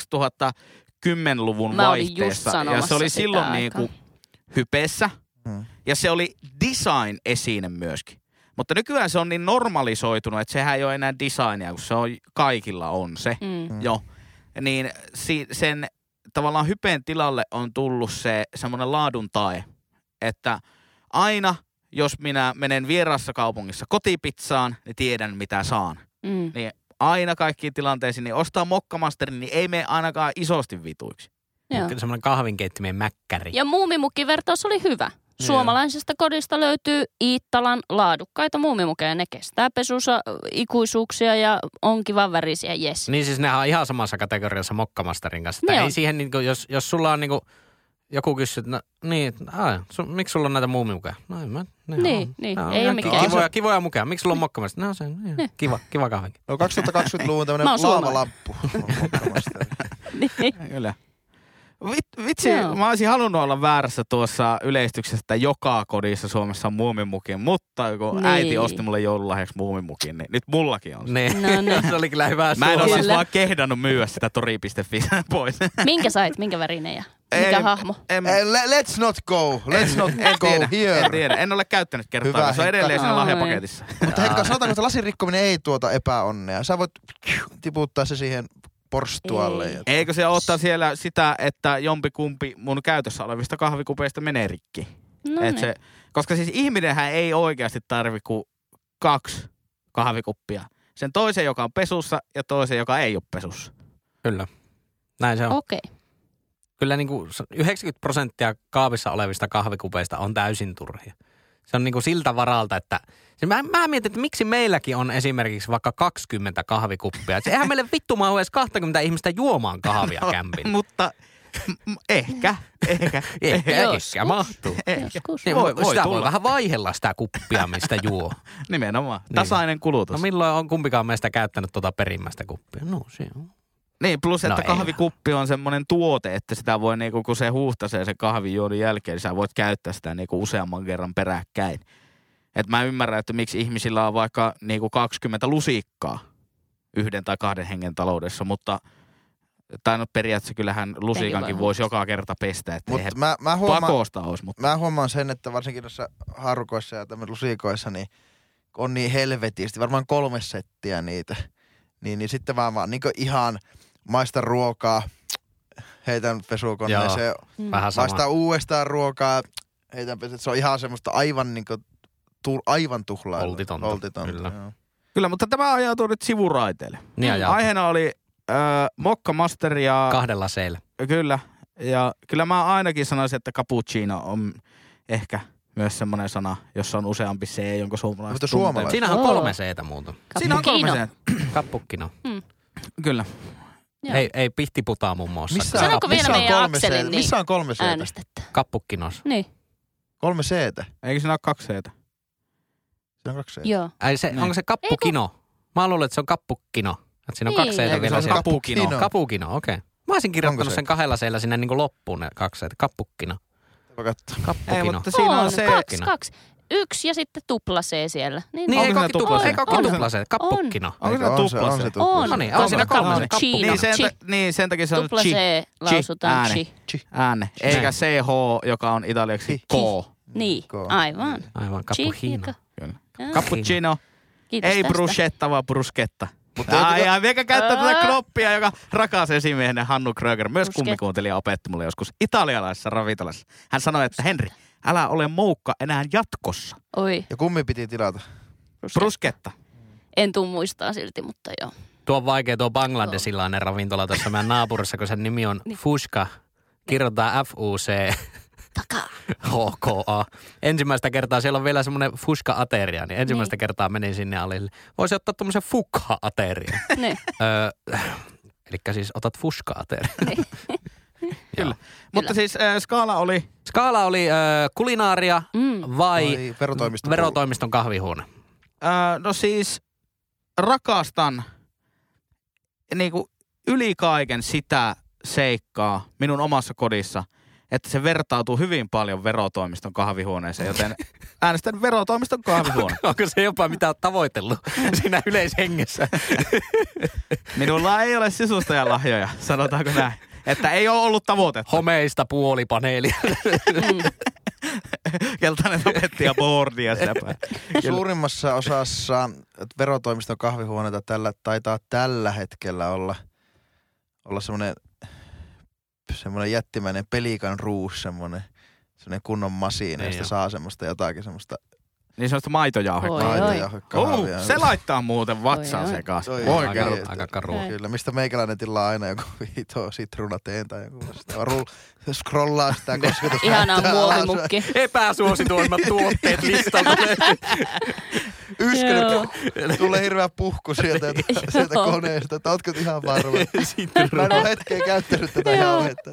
2010-luvun Mä olin just vaihteessa. Ja sanomassa se oli sitä silloin aikaa. niinku hypeessä. Hmm. Ja se oli design-esine myöskin. Mutta nykyään se on niin normalisoitunut, että sehän ei ole enää designia, kun se on, kaikilla on se. Mm. Joo. Niin sen tavallaan hypeen tilalle on tullut se semmoinen laadun tae, että aina jos minä menen vieraassa kaupungissa kotipizzaan, niin tiedän mitä saan. Mm. Niin aina kaikkiin tilanteisiin, niin ostaa Mokkamasterin, niin ei mene ainakaan isosti vituiksi. Joo. Kyllä semmoinen kahvinkeittimien mäkkäri. Ja muumimukkivertaus oli hyvä. Suomalaisesta kodista löytyy Iittalan laadukkaita muumimukeja. Ne kestää pesussa ikuisuuksia ja on kivan värisiä, jes. Niin siis nehän on ihan samassa kategoriassa Mokkamasterin kanssa. Ne Ei on. siihen, niin kuin, jos sulla on niin kuin, joku kysyy, että no, niin, miksi sulla on näitä muumimukeja? No en mä, nehän Niin, on. niin, Nämä on ei ihan mikään. kivoja mukeja. Miksi sulla on Mokkamaster? No se on ihan kiva kahvinkin. No 2020-luvun Mä tämmönen oon suomalainen. laavalappu. Mokkamasteri. Niin. Kyllä. Vitsi, Joo. mä olisin halunnut olla väärässä tuossa yleistyksessä, että joka kodissa Suomessa on muumimukin, mutta kun Niin. äiti osti mulle joululahjaksi muumimukin, niin nyt mullakin on se. Niin. No niin. Se oli kyllä hyvä Mä en ole suola. siis Kyllä. vaan kehdannut myyä sitä tori.fi pois. Minkä sait? Minkä värinen ja mikä hahmo? Let's not go. Let's not go En here. tiedä, en ole käyttänyt kertaakaan. Hyvä, Se on Henkka. edelleen siinä Ai. lahjapaketissa. Mutta Henkka, sanotaanko, että lasin rikkominen ei tuota epäonnea. Sä voit tiputtaa se siihen porstualle. Ei. Ja... Eikö se ottaa siellä sitä, että jompikumpi mun käytössä olevista kahvikupeista menee rikki? No Et niin. se, koska siis ihminenhän ei oikeasti tarvi kuin 2 kahvikuppia. Sen toisen, joka on pesussa ja toisen, joka ei ole pesussa. Kyllä. Näin se on. Okei. Kyllä niin kuin 90% kaapissa olevista kahvikupeista on täysin turhia. Se on niin kuin siltä varalta, että mä mietin, että miksi meilläkin on esimerkiksi vaikka 20 kahvikuppia. Se eihän meille vittu mahu edes 20 ihmistä juomaan kahvia kämpillä. Mutta ehkä. Ehkä mahtuu. Joskus. Niin, Voi sitä tulla. voi vähän vaihella sitä kuppia, mistä juo. Nimenomaan. Niin. Tasainen kulutus. No milloin on kumpikaan meistä käyttänyt tuota perimmäistä kuppia? No se on. Niin, plus että No ei. kahvikuppi on semmoinen tuote, että sitä voi niinku, kun se huuhtasee sen kahvijuodon jälkeen, niin sä voit käyttää sitä niinku useamman kerran peräkkäin. Et mä ymmärrän, että miksi ihmisillä on vaikka niinku 20 lusikkaa 1 tai 2 hengen taloudessa, mutta tai no periaatteessa kyllähän lusikankin voi voisi joka kerta pestä, että eihän Mutta mä huomaan, pakosta olisi. Mutta mä huomaan sen, että varsinkin noissa harukoissa ja tämmöisissä lusikoissa, niin on niin helvetisti, varmaan 3 settiä niitä. Niin sitten vaan niin ihan maista ruokaa, heitän pesukoneeseen, Vähän sama. maistaa uudestaan ruokaa, heitän pesukoneeseen. Se on ihan semmoista aivan niinku, aivan tuhlailua. Holtitonta, kyllä. Joo. kyllä, mutta tämä ajautuu nyt sivuraiteille. Niin ajaa. Aiheena oli Mokkamaster ja 2 seillä. kyllä. Ja kyllä mä ainakin sanoisin, että cappuccino on ehkä myös semmoinen sana, jossa on useampi C, jonka suomalaiset Mutta tuntee. suomalaiset. Siinähän on Oo. 3 C-tä muuta. Siinä on 3 Cappuccino. C. Kappukkino. Kyllä. Joo. Ei pihtiputaa muun muassa. Sanonko vielä meidän 3 Akselin, C? niin Missä on 3 C? äänestettä. Kappukkinos. Niin, 3 C. Eikö siinä ole 2 C:tä? Se on 2 C. joo. Niin. Onko se kappukino? Mä luulen, että se on kappukkino. Että siinä on Niin. 2 C-tä Eikö se vielä on siellä. cappuccino? Kapukino, okei. Mä olisin kirjoittanut se? sen 2 C-llä sinne niin kuin loppuun ne 2 C-tä. Kappukkino. Voi katsoa. Ei, Kappukino. mutta siinä on se. kaksi. 1 ja sitten tupla C siellä. Niin, Onko ei siinä kaikki tupla C? ei kaikki On. tupla C. Kappukino. Onko Eikö siinä on tupla on C? tupla On. C. No niin, on siinä 3 C. Chino. Kappukino. Niin sen takia se on Tupla chi. C lausutaan ääni. chi. Ääne. Eikä CH, joka on italiaksi K. Niin, Ko. aivan. Aivan, Chi. kappukkino. Kyllä. Joo. Cappuccino. Kiitos Ei tästä. bruschetta, vaan bruschetta. Mutta Ai, mikä käyttää tätä knoppia, joka rakas esimiehenä Hannu Kröger, myös Bruschetta. kummikuuntelija opetti mulle joskus italialaisessa ravintolassa. Hän sanoi, että Henri, älä ole moukka enää jatkossa. Oi, Ja kummi piti tilata. Bruschetta. En tuu muistaa silti, mutta joo. Tuo on vaikea tuo bangladesilainen ravintola tuossa meidän naapurissa, kun sen nimi on Fushka. Kirjoitetaan F-U-C. Takaa. HKA. Ensimmäistä kertaa siellä on vielä semmoinen Fushka-ateria, niin ensimmäistä kertaa menin sinne alille. Voisi ottaa tommosen Fukha-aterian. Niin. Elikkä siis otat Fushka-aterian. Niin. Kyllä. Mutta siis skaala oli... Skaala oli kulinaaria vai verotoimiston kahvihuone? No siis rakastan niinku yli kaiken sitä seikkaa minun omassa kodissa, että se vertautuu hyvin paljon verotoimiston kahvihuoneeseen, joten äänestän verotoimiston kahvihuone. Onko se jopa mitä olet tavoitellut siinä yleishengessä? Minulla ei ole sisustajalahjoja, sanotaanko näin. Että ei ole ollut tavoitetta. Homeista puolipaneelia. Keltainen tapetti ja boardi ja sepä. Suurimmassa osassa verotoimiston kahvihuoneita taitaa tällä hetkellä olla semmoinen jättimäinen Pelikan Rouge, semmoinen kunnon masiini, josta saa semmoista jotakin semmoista. Niin semmoista maitojauhekahvia. Se laittaa muuten vatsaan sekaisin. Aika karua. Kyllä, mistä meikäläinen tilaa aina joku sitruunateen tai joku vastaan. Scrollaa sitä kosketusta. Ihanaa muovimukki. Epäsuosituimmat tuotteet listalta. Yskänyt. Tulee hirveä puhku sieltä koneesta, että ootko ihan varma. Mä en ole hetkeä käyttänyt tätä jauhetta.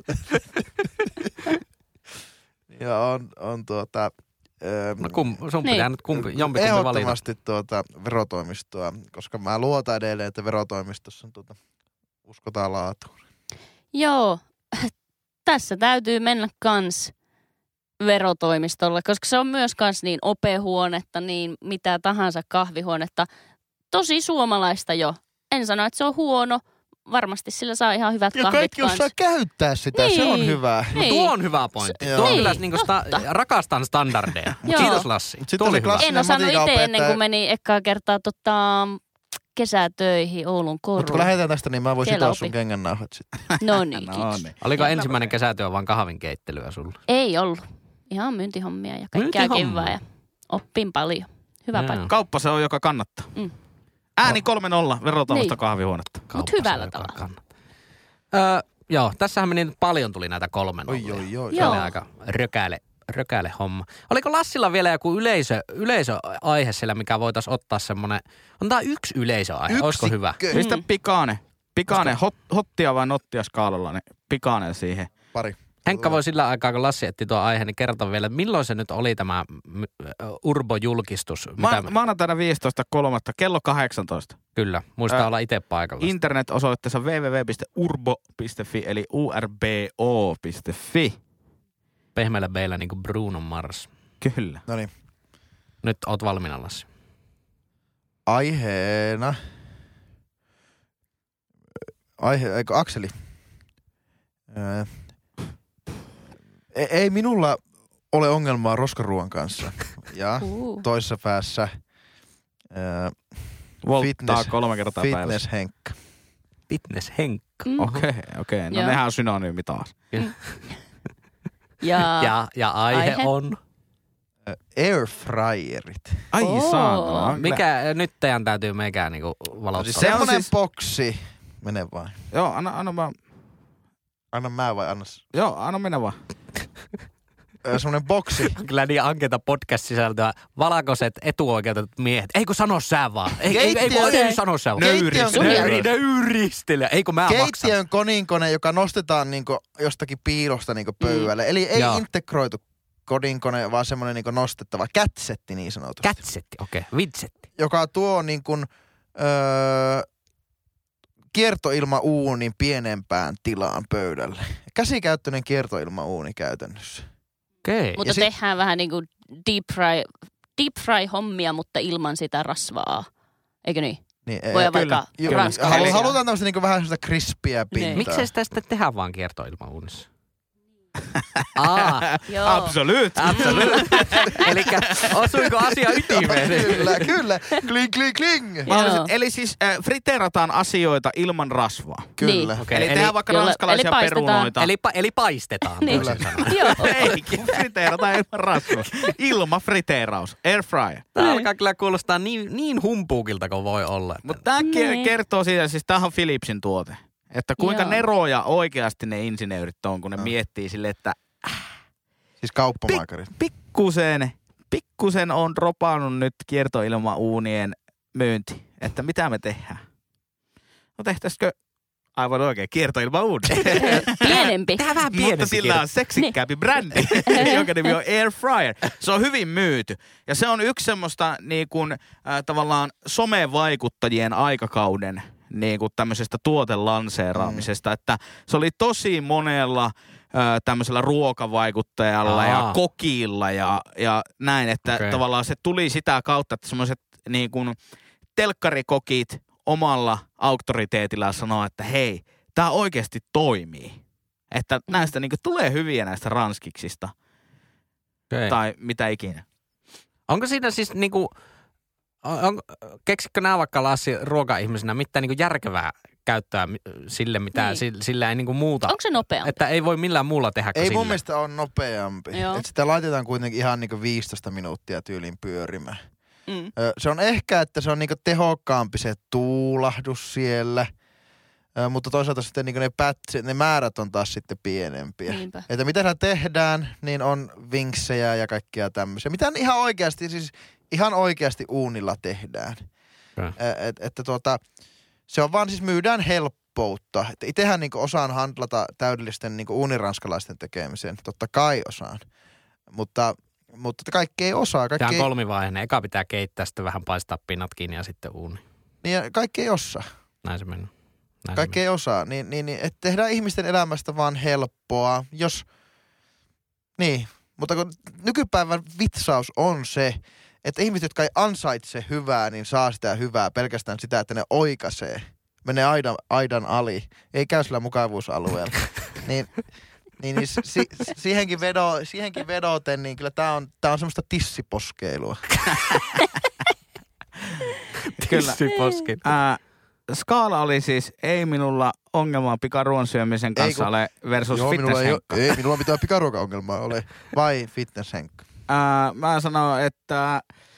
Ja on sun pitää nyt jompikumpi valita. Ehdottomasti verotoimistoa, koska mä luotan edelleen, että verotoimistossa uskotaan laatuun. Joo, tässä täytyy mennä kans verotoimistolle, koska se on myös kans niin opehuonetta, niin mitä tahansa kahvihuonetta. Tosi suomalaista jo. En sano, että se on huono. Varmasti sillä saa ihan hyvät kahvit kaikki kans. osaa käyttää sitä, niin. Se on hyvä. No tuo on hyvä pointti. Tuo on kyllä niinku rakastan standardeja. Kiitos Lassi. Tuo oli hyvä. En osannut itse ennen kuin meni ekkaa kertaa kesätöihin Oulun kouluun. Mutta kun lähdetään tästä, niin mä voin sitoa sun kengännauhat sitten. No niin, kiitos. Oliko ensimmäinen kesätyö vaan kahvinkeittelyä sulla? Ei ollut. Ihan myyntihommia ja kaikkea kivaa ja oppin paljon. Hyvä paikka. Kauppa se on, joka kannattaa. Ääni 3-0 verotoimista kahvihuonetta. Mutta hyvällä tavalla. Joo, tässähän meni nyt paljon tuli näitä 3-0. Se oli aika rökäle homma. Oliko Lassilla vielä joku yleisöaihe siellä, mikä voitaisiin ottaa semmoinen, on tää yksi yleisöaihe, olisiko hyvä? Mistä Pikaane, hottia vai nottia skaalalla, niin Pikaane siihen. Pari. Henkka voi sillä aikaa, kun Lassi etti tuo aihe, niin kertoa vielä, milloin se nyt oli tämä Urbo-julkistus? Maanantaina 15.3. kello 18. Kyllä, muistaa olla itse paikalla. Internet-osoitteessa www.urbo.fi eli urbo.fi. Pehmeällä beillä niin kuin Bruno Mars. Kyllä. Noniin. Nyt oot valmiina, Lassi. Aiheena. Eikö Akseli? Ei minulla ole ongelmaa roskaruoan kanssa. Ja toisessa päässä volttaa 3 kertaa päivässä. Fitness-Henkka. Fitness-Henkka. Okei. No nehän on synonyymi taas. Ja aihe on? Airfryerit. Ai saatana. Mikä nyt teidän täytyy meikään niinku valottaa? Siis semmonen boksi. Mene vaan. Joo, anna vaan. Anna mä vai anna? Joo, anna mennä vaan. Semmonen boksi. Kyllä niin ankeita podcast-sisältöä. Valkoiset etuoikeutetut miehet. Eikö sano sä vaan? Ei sano sä vaan. Ne yristele. Eikö mä maksa? Keittiön koninkone, joka nostetaan niinku jostakin piilosta niinku pöydälle. Eli ei integroitu kodinkone, vaan semmoinen niinku nostettava kätsetti niin sanotusti. Kätsetti, okei. Widgetti. Joka tuo niinku kiertoilmauunin pienempään tilaan pöydälle. Käsikäyttöinen kiertoilmauuni käytännössä. Okei. Mutta tehdään vähän niinku deep fry hommia, mutta ilman sitä rasvaa. Eikö niin? Voi vaikka ranskalaisia. Halutaan tämmöistä niinku vähän sellaista krispiä pintaa. Miksei sitä sitten tehdä vaan kiertoilmauunissa? Joo. Absolut. Elikkä osuiko asia ytimeen? Kyllä. Kling. Eli siis friteerataan asioita ilman rasvaa. Kyllä. Okei, Eli tehdään vaikka ranskalaisia eli paistetaan. perunoita. Eli paistetaan. Niin. Joo. Eikin, friteerataan ilman rasvaa. Ilma friteeraus. Air fryer. Tämä alkaa kyllä kuulostaa niin humpuukilta kuin voi olla. Mutta tämä kertoo siitä, siis tämähän on Philipsin tuote. Että kuinka neroja oikeasti ne insinöörit on, kun ne miettii sille, että Siis kauppamaakarit. pikkusen on dropannut nyt kiertoilmauunien myynti. Että mitä me tehdään? No tehtäisikö aivan oikein kiertoilmauuni? Pienempi. Tämä vähän pienempi. Mutta sillä on seksikkäämpi brändi, jonka nimi on Air Fryer. Se on hyvin myyty. Ja se on yksi semmoista niin kuin, tavallaan somevaikuttajien aikakauden niin kuin tämmöisestä tuotelanseeraamisesta, että se oli tosi monella tämmöisellä ruokavaikuttajalla ja kokilla ja näin, että tavallaan se tuli sitä kautta, että semmoiset niin kuin telkkarikokit omalla auktoriteetilla sanoo, että hei, tää oikeasti toimii. Että näistä niin kuin tulee hyviä näistä ranskiksista. Tai mitä ikinä. Onko siinä siis niinku, keksikö nämä vaikka Lassi ruoka-ihmisenä mitään niinku järkevää käyttöä sille, mitä sillä ei niinku muuta? Onko se nopeampi? Että ei voi millään muulla tehdä kuin Ei sillä. mun mielestä ole nopeampi. Että sitä laitetaan kuitenkin ihan niinku 15 minuuttia tyyliin pyörimään. Se on ehkä, että se on niinku tehokkaampi se tuulahdus siellä. Mutta toisaalta sitten niin ne määrät on taas sitten pienempiä. Niinpä. Että mitä nämä tehdään, niin on vinksejä ja kaikkia tämmöisiä. Mitä ihan oikeasti, siis ihan oikeasti uunilla tehdään. Se on vaan siis myydään helppoutta. Että itsehän niin osaan handlata täydellisten niin uuniranskalaisten tekemiseen. Totta kai osaan. Mutta kaikki ei osaa. Tämä on kolmivaiheinen. Eka pitää keittää, sitten vähän paistaa pinnat kiinni ja sitten uuni. Niin ja kaikki ei osaa. Näin se menee. Kaikki ei osaa, niin että tehdään ihmisten elämästä vaan helppoa, mutta kun nykypäivän vitsaus on se, että ihmiset, jotka ei ansaitse hyvää, niin saa sitä hyvää pelkästään sitä, että ne oikaisee, menee aidan ali, ei käy sillä mukavuusalueella, siihenkin vedoten, niin kyllä tää on semmoista tissiposkeilua. Kyllä. Tissiposkin. Skaala oli siis, ei minulla ongelmaa pikaruoan syömisen kanssa ole versus fitnesshenkka. Ei minulla mitään pikaruoka-ongelmaa ole, vai fitnesshenkka? Mä sanon, että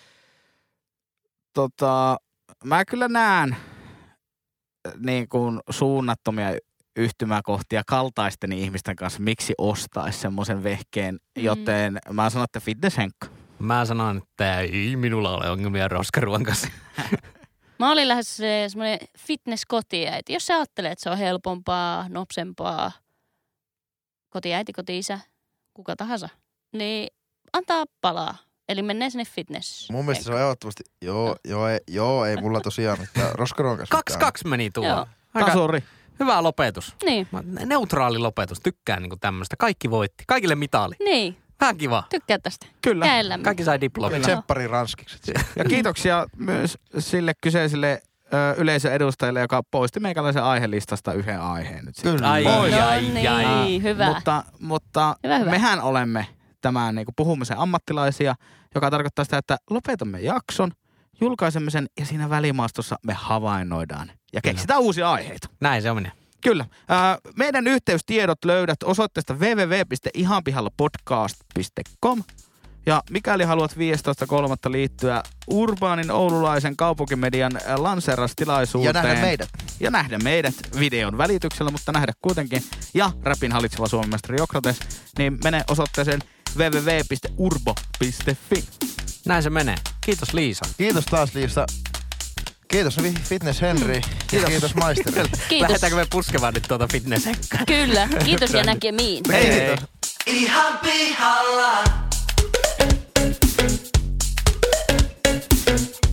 mä kyllä näen niin kuin suunnattomia yhtymäkohtia kaltaisteni ihmisten kanssa, miksi ostaisi semmoisen vehkeen, joten mä sanon, että fitnesshenkka. Mä sanon, että ei minulla ole ongelmia roskaruoan kanssa. Mä olin lähes semmoinen fitness-kotiäiti. Jos sä ajattelet, että se on helpompaa, nopsempaa, kotiäiti, koti-isä, kuka tahansa, niin antaa palaa. Eli mennään sinne fitness. Mun mielestä se on ehdottomasti, ei mulla tosiaan mitään roskaruoan kanssa. 2-2 meni tuolla. Tasuri. Hyvä lopetus. Niin. Neutraali lopetus. Tykkään niinku tämmöistä. Kaikki voitti. Kaikille mitali. Niin. Vähän kiva. Tykkää tästä. Kyllä. Käellämme. Kaikki sai diplomin. Tsempparin ranskikset. Ja kiitoksia myös sille kyseiselle yleisön edustajalle, joka poisti meikäläisen aihelistasta yhden aiheen nyt. Kyllä. Ai. Hyvä. Mutta hyvä. Mehän olemme tämän niin kuin puhumisen ammattilaisia, joka tarkoittaa sitä, että lopetamme jakson, julkaisemme sen ja siinä välimaastossa me havainnoidaan ja keksitään uusia aiheita. Näin se on minä. Kyllä. Meidän yhteystiedot löydät osoitteesta www.ihanpihallapodcast.com. Ja mikäli haluat 15.3. liittyä Urbaanin oululaisen kaupunkimedian lanseerastilaisuuteen. Ja nähdä meidät videon välityksellä, mutta nähdä kuitenkin. Ja räpin hallitseva Suomen mestari Jokrates, niin mene osoitteeseen www.urbo.fi. Näin se menee. Kiitos Liisa. Kiitos taas Liisa. Kiitos Fitness Henry. Kiitos maisteri. Kiitos. Lähdetäänkö me puskemaan nyt tuota fitnessenkkaa? Kyllä. Kiitos ja näkemiin. Hei. Ihan pihalla.